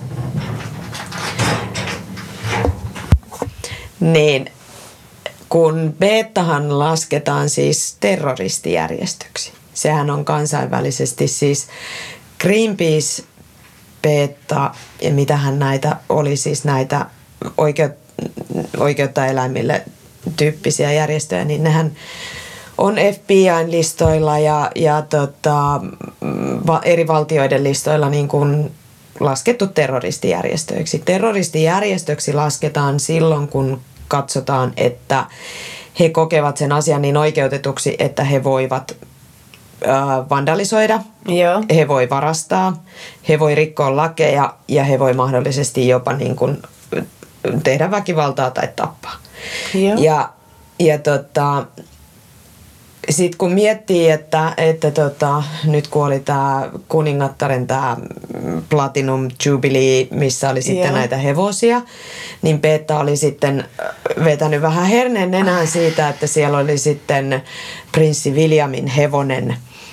Niin kun Betahan lasketaan siis terroristijärjestöksi. Sehän on kansainvälisesti siis Greenpeace, Beta ja mitähän näitä oli siis näitä oikeut, oikeutta eläimille tyyppisiä järjestöjä, niin nehän on F B I:n listoilla ja, ja tota, va, eri valtioiden listoilla niin kuin laskettu terroristijärjestöiksi. Terroristijärjestöksi lasketaan silloin, kun katsotaan, että he kokevat sen asian niin oikeutetuksi, että he voivat äh, vandalisoida, Joo. he voi varastaa, he voi rikkoa lakeja ja he voi mahdollisesti jopa niin kuin tehdä väkivaltaa tai tappaa. Joo. Ja, ja tota, sitten kun miettii, että, että tota, nyt kun oli tämä kuningattaren tämä Platinum Jubilee, missä oli sitten Joo. näitä hevosia, niin Peetta oli sitten vetänyt vähän herneen nenään siitä, että siellä oli sitten prinssi Williamin hevonen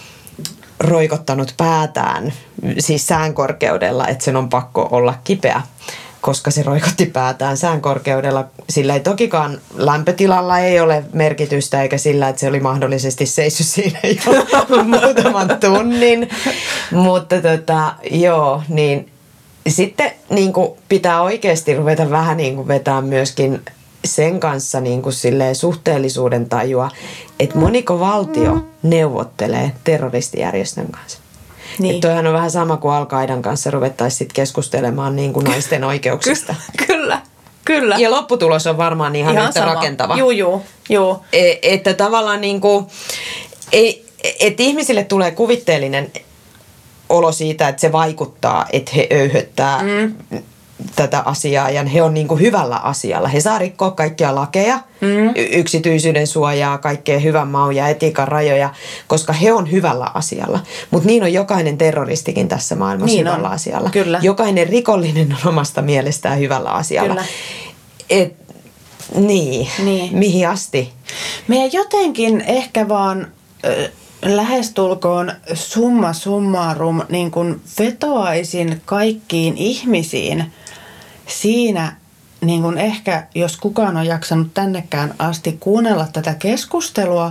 roikottanut päätään, siis säänkorkeudella, että sen on pakko olla kipeä, koska se roikotti päätään sään korkeudella. Sillä ei tokikaan lämpötilalla ei ole merkitystä, eikä sillä, että se oli mahdollisesti seissyt siinä jo muutaman tunnin. Mutta tota, joo, niin sitten niin kuin pitää oikeasti ruveta vähän niin kuin vetää myöskin sen kanssa niin kuin silleen suhteellisuuden tajua, että moniko valtio neuvottelee terroristijärjestön kanssa. Niin. Että toihan on vähän sama kuin Al-Qaidan kanssa ruvettaisiin sit keskustelemaan niin kuin naisten oikeuksista. Kyllä, kyllä. Ja lopputulos on varmaan ihan, ihan yhtä sama. Rakentava. Juu, juu, juu. E, että tavallaan niin kuin, ei, että ihmisille tulee kuvitteellinen olo siitä, että se vaikuttaa, että he öyhöttää mm. tätä asiaa ja he on niin kuin hyvällä asialla. He saa rikkoa kaikkia lakeja, mm. yksityisyyden suojaa, kaikkea hyvän maun ja etiikan rajoja, koska he on hyvällä asialla. Mutta niin on jokainen terroristikin tässä maailmassa niin hyvällä on. Asialla. Kyllä. Jokainen rikollinen on omasta mielestään hyvällä asialla. Kyllä. Et, niin. niin, mihin asti? Meidän jotenkin ehkä vaan Äh, lähestulkoon summa summarum niin kuin vetoaisin kaikkiin ihmisiin siinä, niin kuin ehkä jos kukaan on jaksanut tännekään asti kuunnella tätä keskustelua,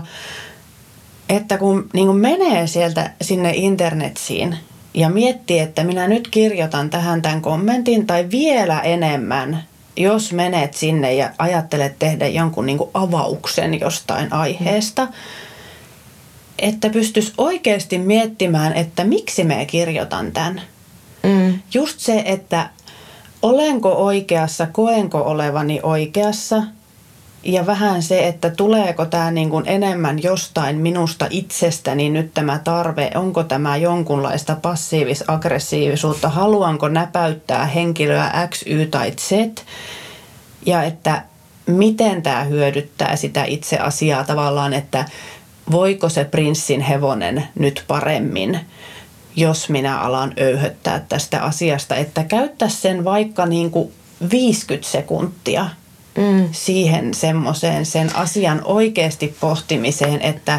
että kun niin kuin menee sieltä sinne internetsiin ja miettii, että minä nyt kirjoitan tähän tämän kommentin tai vielä enemmän, jos menet sinne ja ajattelet tehdä jonkun niin kuin avauksen jostain aiheesta, että pystyisi oikeasti miettimään, että miksi mä kirjoitan tämän. Mm. Just se, että olenko oikeassa, koenko olevani oikeassa ja vähän se, että tuleeko tämä niin kuin enemmän jostain minusta itsestäni nyt tämä tarve, onko tämä jonkunlaista passiivis-aggressiivisuutta, haluanko näpäyttää henkilöä X, Y tai Z ja että miten tämä hyödyttää sitä itse asiaa tavallaan, että voiko se prinssin hevonen nyt paremmin, jos minä alan öyhöttää tästä asiasta, että käyttäisi sen vaikka niin kuin viisikymmentä sekuntia mm. siihen semmoiseen sen asian oikeasti pohtimiseen, että,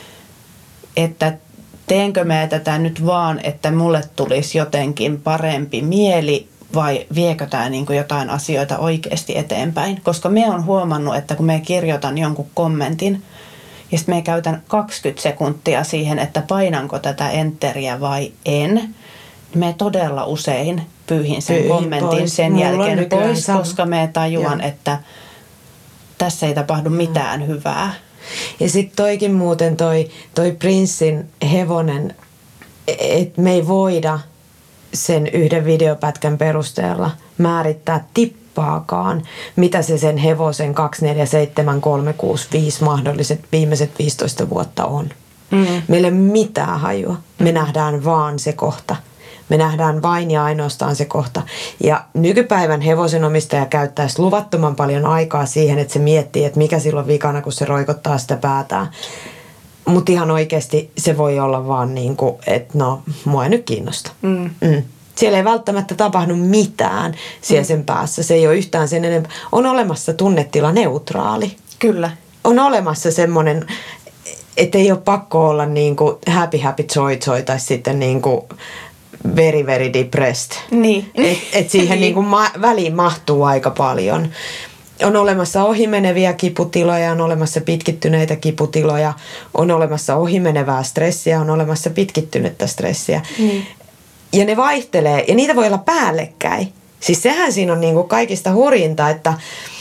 että teenkö mä tätä nyt vaan, että mulle tulisi jotenkin parempi mieli vai viekö tämä niin kuin jotain asioita oikeasti eteenpäin. Koska me on huomannut, että kun me kirjoitan jonkun kommentin, ja sitten me käytän kaksikymmentä sekuntia siihen, että painanko tätä enteriä vai en. Me todella usein pyyhin sen pyyhin kommentin pois. Sen Mulla jälkeen pois, sama. Koska me tajuan, ja. Että tässä ei tapahdu mitään mm. hyvää. Ja sitten toikin muuten toi, toi prinssin hevonen, että me ei voida sen yhden videopätkän perusteella määrittää tippaa. Mitä se sen hevosen kaksi, neljä, seitsemän, kolme, kuusi, viisi mahdolliset viimeiset viisitoista vuotta on. Mm. Meillä ei ole mitään hajua. Me nähdään vaan se kohta. Me nähdään vain ja ainoastaan se kohta. Ja nykypäivän hevosen omistaja käyttäisi luvattoman paljon aikaa siihen, että se miettii, että mikä silloin vikana, kun se roikottaa sitä päätään. Mutta ihan oikeasti se voi olla vaan niin kuin, että no, mua ei nyt kiinnosta. Mm. Mm. Siellä ei välttämättä tapahdu mitään siellä sen päässä. Se ei ole yhtään sen enempää. On olemassa tunnetila neutraali. Kyllä. On olemassa semmoinen, että ei ole pakko olla niin kuin happy happy joy joy tai sitten niin kuin very very depressed. Niin. Että et siihen niin kuin ma- väliin mahtuu aika paljon. On olemassa ohimeneviä kiputiloja, on olemassa pitkittyneitä kiputiloja, on olemassa ohimenevää stressiä, on olemassa pitkittynyttä stressiä. Niin. Ja ne vaihtelee, ja niitä voi olla päällekkäin. Siis sehän siinä on niinku kaikista hurjinta, että,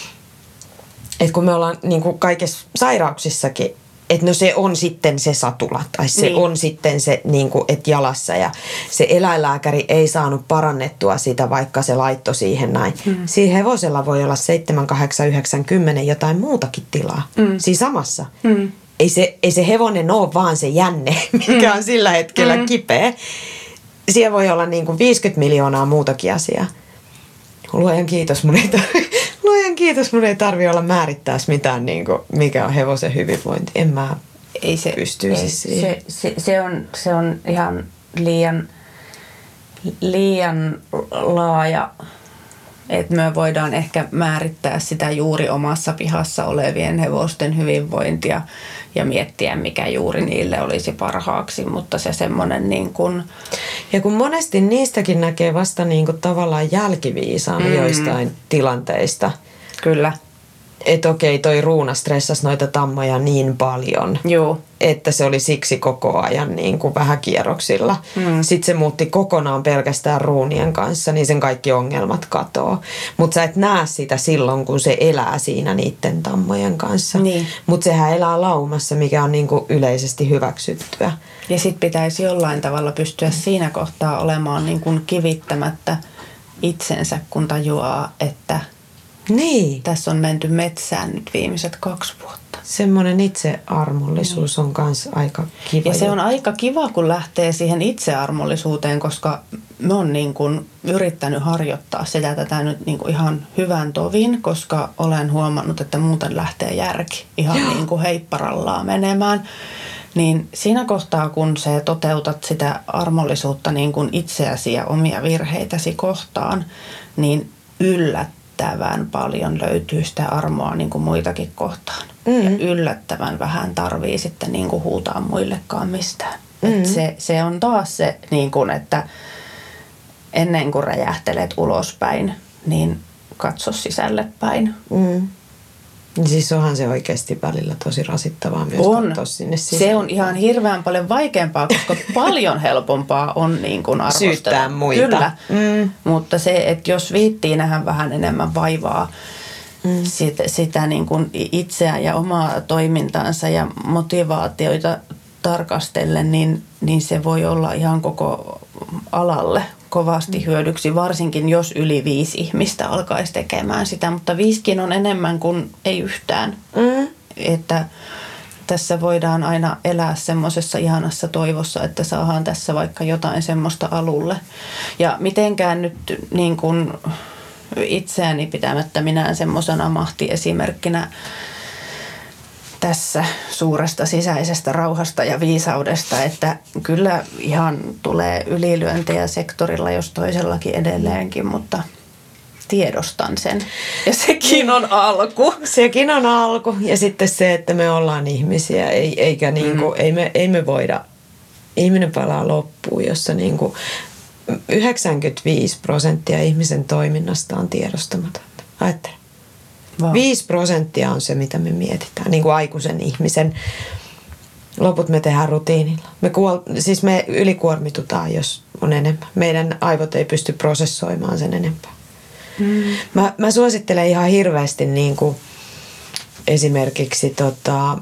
että kun me ollaan niinku kaikissa sairauksissakin, että no se on sitten se satula, tai se niin. on sitten se, niinku, että jalassa, ja se eläinlääkäri ei saanut parannettua sitä, vaikka se laittoi siihen näin. Mm. Siinä hevosella voi olla seitsemän, kahdeksan, yhdeksän, kymmenen jotain muutakin tilaa. Mm. Siinä samassa. Mm. ei se, ei se hevonen ole vaan se jänne, mikä on sillä hetkellä mm. kipeä. Siellä voi olla niin kuin viisikymmentä miljoonaa muutakin asiaa. Luojan kiitos, mun ei tarvitse, luojan kiitos, mun ei tarvi olla määrittää mitään, niin kuin, mikä on hevosen hyvinvointi. En mä ei se, pystyisi ei, siihen. Se, se, se, on, se on ihan liian, liian laaja, että me voidaan ehkä määrittää sitä juuri omassa pihassa olevien hevosten hyvinvointia ja miettiä, mikä juuri niille olisi parhaaksi, mutta se semmoinen niin kuin... Ja kun monesti niistäkin näkee vasta niin kuin tavallaan jälkiviisaan mm. joistain tilanteista. Kyllä. Että okei, toi Ruuna stressasi noita tammoja niin paljon, Joo. että se oli siksi koko ajan niin kuin vähän kierroksilla. Mm. Sitten se muutti kokonaan pelkästään Ruunien kanssa, niin sen kaikki ongelmat katoo. Mutta sä et näe sitä silloin, kun se elää siinä niiden tammojen kanssa. Niin. Mutta sehän elää laumassa, mikä on niin kuin yleisesti hyväksyttyä. Ja sitten pitäisi jollain tavalla pystyä siinä kohtaa olemaan niin kuin kivittämättä itsensä, kun tajuaa, että... Niin. Tässä on menty metsään nyt viimeiset kaksi vuotta. Semmoinen itsearmollisuus on myös aika kiva. Ja se on aika kiva, kun lähtee siihen itsearmollisuuteen, koska mä oon niin kuin yrittänyt harjoittaa sitä tätä nyt niin kuin ihan hyvän tovin, koska olen huomannut, että muuten lähtee järki ihan Joo. niin kuin heipparallaan menemään. Niin siinä kohtaa, kun sä toteutat sitä armollisuutta niin kuin itseäsi ja omia virheitäsi kohtaan, niin yllättäen yllättävän paljon löytyy sitä armoa niin kuin muitakin kohtaan. Mm. Ja yllättävän vähän tarvii sitten niin kuin huutaa muillekaan mistään. Mm. Et se, se on taas se, niin kuin, että ennen kuin räjähtelet ulospäin, niin katso sisälle päin. Mm. Siis onhan se oikeasti välillä tosi rasittavaa myös on. Katsoa sinne sisälle. Se on ihan hirveän paljon vaikeampaa, koska paljon helpompaa on niin kuin arvostella. Syyttää muita. Kyllä, mm. mutta se, että jos viittii nähdä vähän enemmän vaivaa mm. sitä, sitä niin kuin itseään ja omaa toimintaansa ja motivaatioita tarkastellen, niin, niin se voi olla ihan koko alalle kovasti hyödyksi, varsinkin jos yli viisi ihmistä alkaisi tekemään sitä, mutta viisikin on enemmän kuin ei yhtään. Mm. Että tässä voidaan aina elää semmoisessa ihanassa toivossa, että saadaan tässä vaikka jotain semmoista alulle. Ja mitenkään nyt niin kuin itseäni pitämättä minään semmoisena mahtiesimerkkinä tässä suuresta sisäisestä rauhasta ja viisaudesta, että kyllä ihan tulee ylilyöntejä sektorilla, jos toisellakin edelleenkin, mutta tiedostan sen. Ja sekin on alku. Sekin on alku. Ja sitten se, että me ollaan ihmisiä, eikä niinku, mm. ei, me, ei me voida, ihminen palaa loppuun, jossa niinku yhdeksänkymmentäviisi prosenttia ihmisen toiminnasta on tiedostamatonta. Ajattele. Wow. Viisi prosenttia on se, mitä me mietitään, niin kuin aikuisen ihmisen. Loput me tehdään rutiinilla. Me, kuol- siis me ylikuormitutaan, jos on enemmän. Meidän aivot ei pysty prosessoimaan sen enempää. Mm. Mä, mä suosittelen ihan hirveästi niin kuin esimerkiksi tota,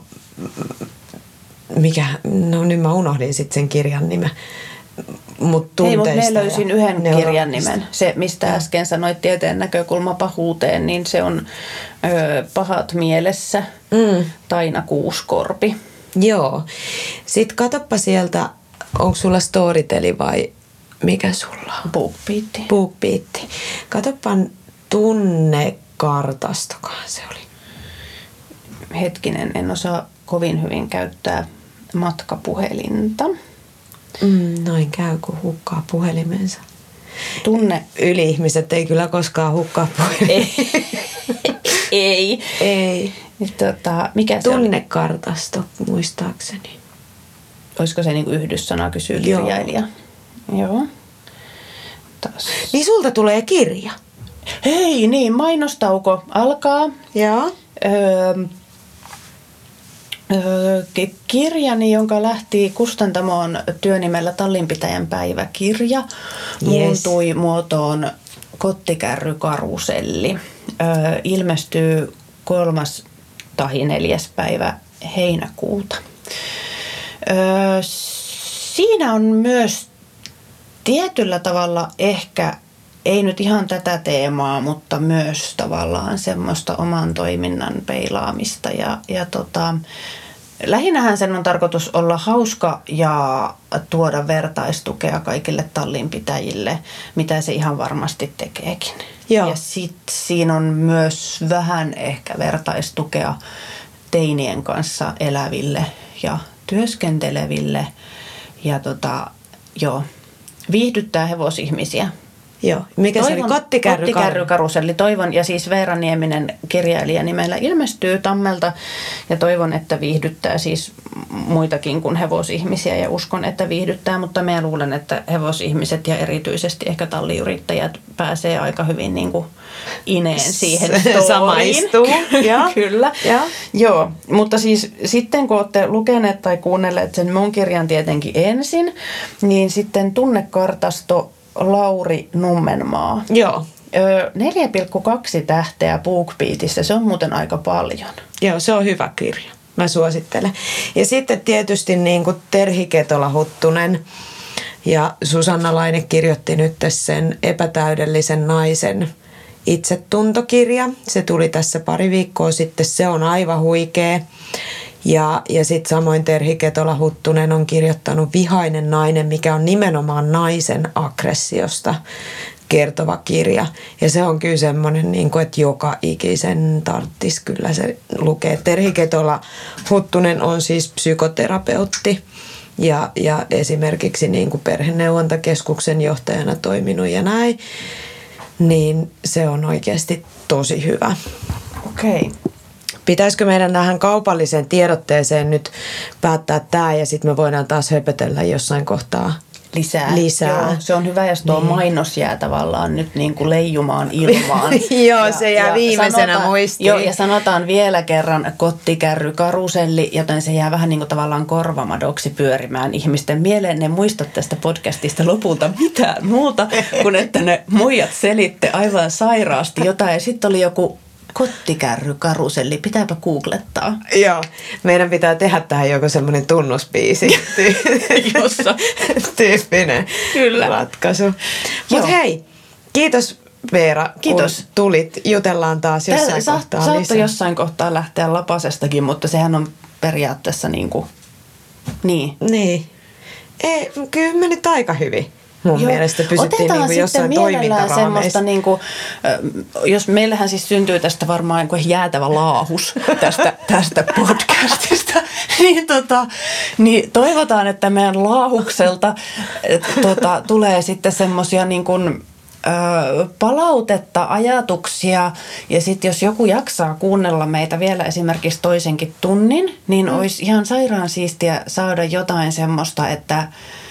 mikä, no nyt mä unohdin sitten sen kirjan nimen. Mut Ei, mutta me löysin yhden kirjan nimen. nimen. Se, mistä ja. äsken sanoit tieteen näkökulma pahuuteen, niin se on ö, Pahat mielessä, mm. Taina Kuuskorpi. Joo. Sitten katsoppa sieltä, onko sulla Storyteli vai mikä sulla on? BookBeat. BookBeat. Katsoppa tunnekartastokaan se oli. Hetkinen, en osaa kovin hyvin käyttää matkapuhelinta. Mm, noin käy, kun hukkaa puhelimensa. Tunne. Yli-ihmiset ei kyllä koskaan hukkaa puhelimensa. Ei. Ei. Tota, mikä se Tunnekartasto, muistaakseni. Olisiko se niinku yhdyssana, kysyy kirjailija? Joo. Joo. Taas. Niin sulta tulee kirja. Hei, niin, mainostauko alkaa. Joo. Öö, kirjani, jonka lähti kustantamoon työnimellä Tallinpitäjän päiväkirja, muuntui yes. muotoon Kottikärrykaruselli. Öö, ilmestyy kolmas tahi neljäs päivä heinäkuuta. Öö, siinä on myös tietyllä tavalla ehkä, ei nyt ihan tätä teemaa, mutta myös tavallaan semmoista oman toiminnan peilaamista ja, ja tota, lähinnähän sen on tarkoitus olla hauska ja tuoda vertaistukea kaikille tallinpitäjille, mitä se ihan varmasti tekeekin. Joo. Ja sitten siinä on myös vähän ehkä vertaistukea teinien kanssa eläville ja työskenteleville. Ja tota, joo, viihdyttää hevosihmisiä. Joo. Mikä Toivon, se oli? Kottikärry. Kottikärrykaruselli. Toivon, ja siis Veera Nieminen kirjailija nimellä ilmestyy Tammelta. Ja toivon, että viihdyttää siis muitakin kuin hevosihmisiä. Ja uskon, että viihdyttää, mutta minä luulen, että hevosihmiset ja erityisesti ehkä talliyrittäjät pääsee aika hyvin niin kuin ineen siihen storiin. Samaistuu. Kyllä. Ja. Joo, mutta siis sitten kun olette lukeneet tai kuunnelleet sen mun kirjan tietenkin ensin, niin sitten Tunnekartasto Lauri Nummenmaa. Joo. neljä pilkku kaksi tähteä BookBeatissä, se on muuten aika paljon. Joo, se on hyvä kirja. Mä suosittelen. Ja sitten tietysti niin kuin Terhi Ketola-Huttunen ja Susanna Laine kirjoitti nyt sen Epätäydellisen naisen itsetuntokirja. Se tuli tässä pari viikkoa sitten. Se on aivan huikea. Ja, ja sitten samoin Terhi Ketola-Huttunen on kirjoittanut Vihainen nainen, mikä on nimenomaan naisen aggressiosta kertova kirja. Ja se on kyllä semmoinen, niin kuin, että joka ikisen tarttis kyllä se lukee. Terhi Ketola-Huttunen on siis psykoterapeutti ja, ja esimerkiksi niin kuin perheneuvontakeskuksen johtajana toiminut ja näin. Niin se on oikeasti tosi hyvä. Okei. Okay. Pitäisikö meidän tähän kaupalliseen tiedotteeseen nyt päättää tämä ja sitten me voidaan taas höpötellä jossain kohtaa lisää? lisää. Joo, se on hyvä, jos tuo niin. mainos jää tavallaan nyt niin kuin leijumaan ilmaan. Joo, ja, se jää ja viimeisenä sanotaan, muistiin. Joo, ja sanotaan vielä kerran kottikärrykaruselli, joten se jää vähän niin kuin tavallaan korvamadoksi pyörimään ihmisten mieleen. Ne muista tästä podcastista lopulta mitään muuta, kuin että ne muijat selitte aivan sairaasti jotain. Ja sitten oli joku kottikärrykaruselli, pitääpä googlettaa. Joo, meidän pitää tehdä tähän joku semmoinen tunnuspiisi. Jossa. Tyyppinen Kyllä. ratkaisu. Mutta hei, kiitos Veera, kiitos. Kun tulit. Jutellaan taas jossain Tää, kohtaa sa- lisää. jossain kohtaa lähteä lapasestakin, mutta sehän on periaatteessa niin kuin, niin. Niin. Ei, kyllä meni aika hyvin. Mun Joo. mielestä pysyttiin niin kuin jossain toimintaraameissa. Niin kuin, jos meillähän siis syntyy tästä varmaan niin jäätävä laahus tästä, tästä podcastista, niin, tota, niin toivotaan, että meidän laahukselta et, tota, tulee sitten semmoisia niin kuin palautetta, ajatuksia ja sitten jos joku jaksaa kuunnella meitä vielä esimerkiksi toisenkin tunnin, niin mm. olisi ihan sairaan siistiä saada jotain semmoista, että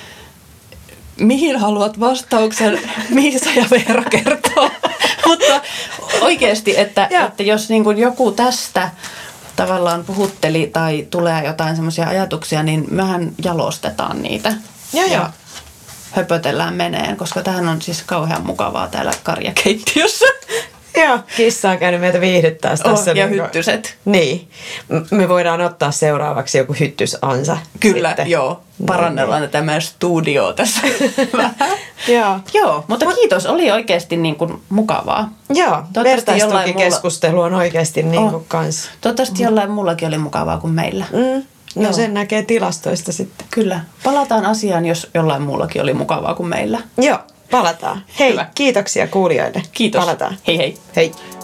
mihin haluat vastauksen, Miisa ja Veera kertoo. Mutta oikeasti, että, että jos niin kuin joku tästä tavallaan puhutteli tai tulee jotain semmoisia ajatuksia, niin mehän jalostetaan niitä. Ja, ja. ja höpötellään meneen, koska tämähän on siis kauhean mukavaa täällä karjakeittiössä. Joo, kissa on käynyt meitä viihdyttää tässä. Oh, ja niin hyttyset. Niin. Me voidaan ottaa seuraavaksi joku hyttysansa. Kyllä, sitten. joo. Parannellaan tätä meidän studioa tässä vähän. Joo. Joo, mutta Mut, kiitos. Oli oikeasti niin kuin mukavaa. Joo, vertaistukikeskustelu on oikeasti niin kuin oh. kans. Toivottavasti mm. jollain muullakin oli mukavaa kuin meillä. Mm. No joo. Sen näkee tilastoista sitten. Kyllä. Palataan asiaan, jos jollain muullakin oli mukavaa kuin meillä. Joo, palataan. Hei, Hyvä. Kiitoksia kuulijoille. Kiitos. Palataan. Hei hei. Hei.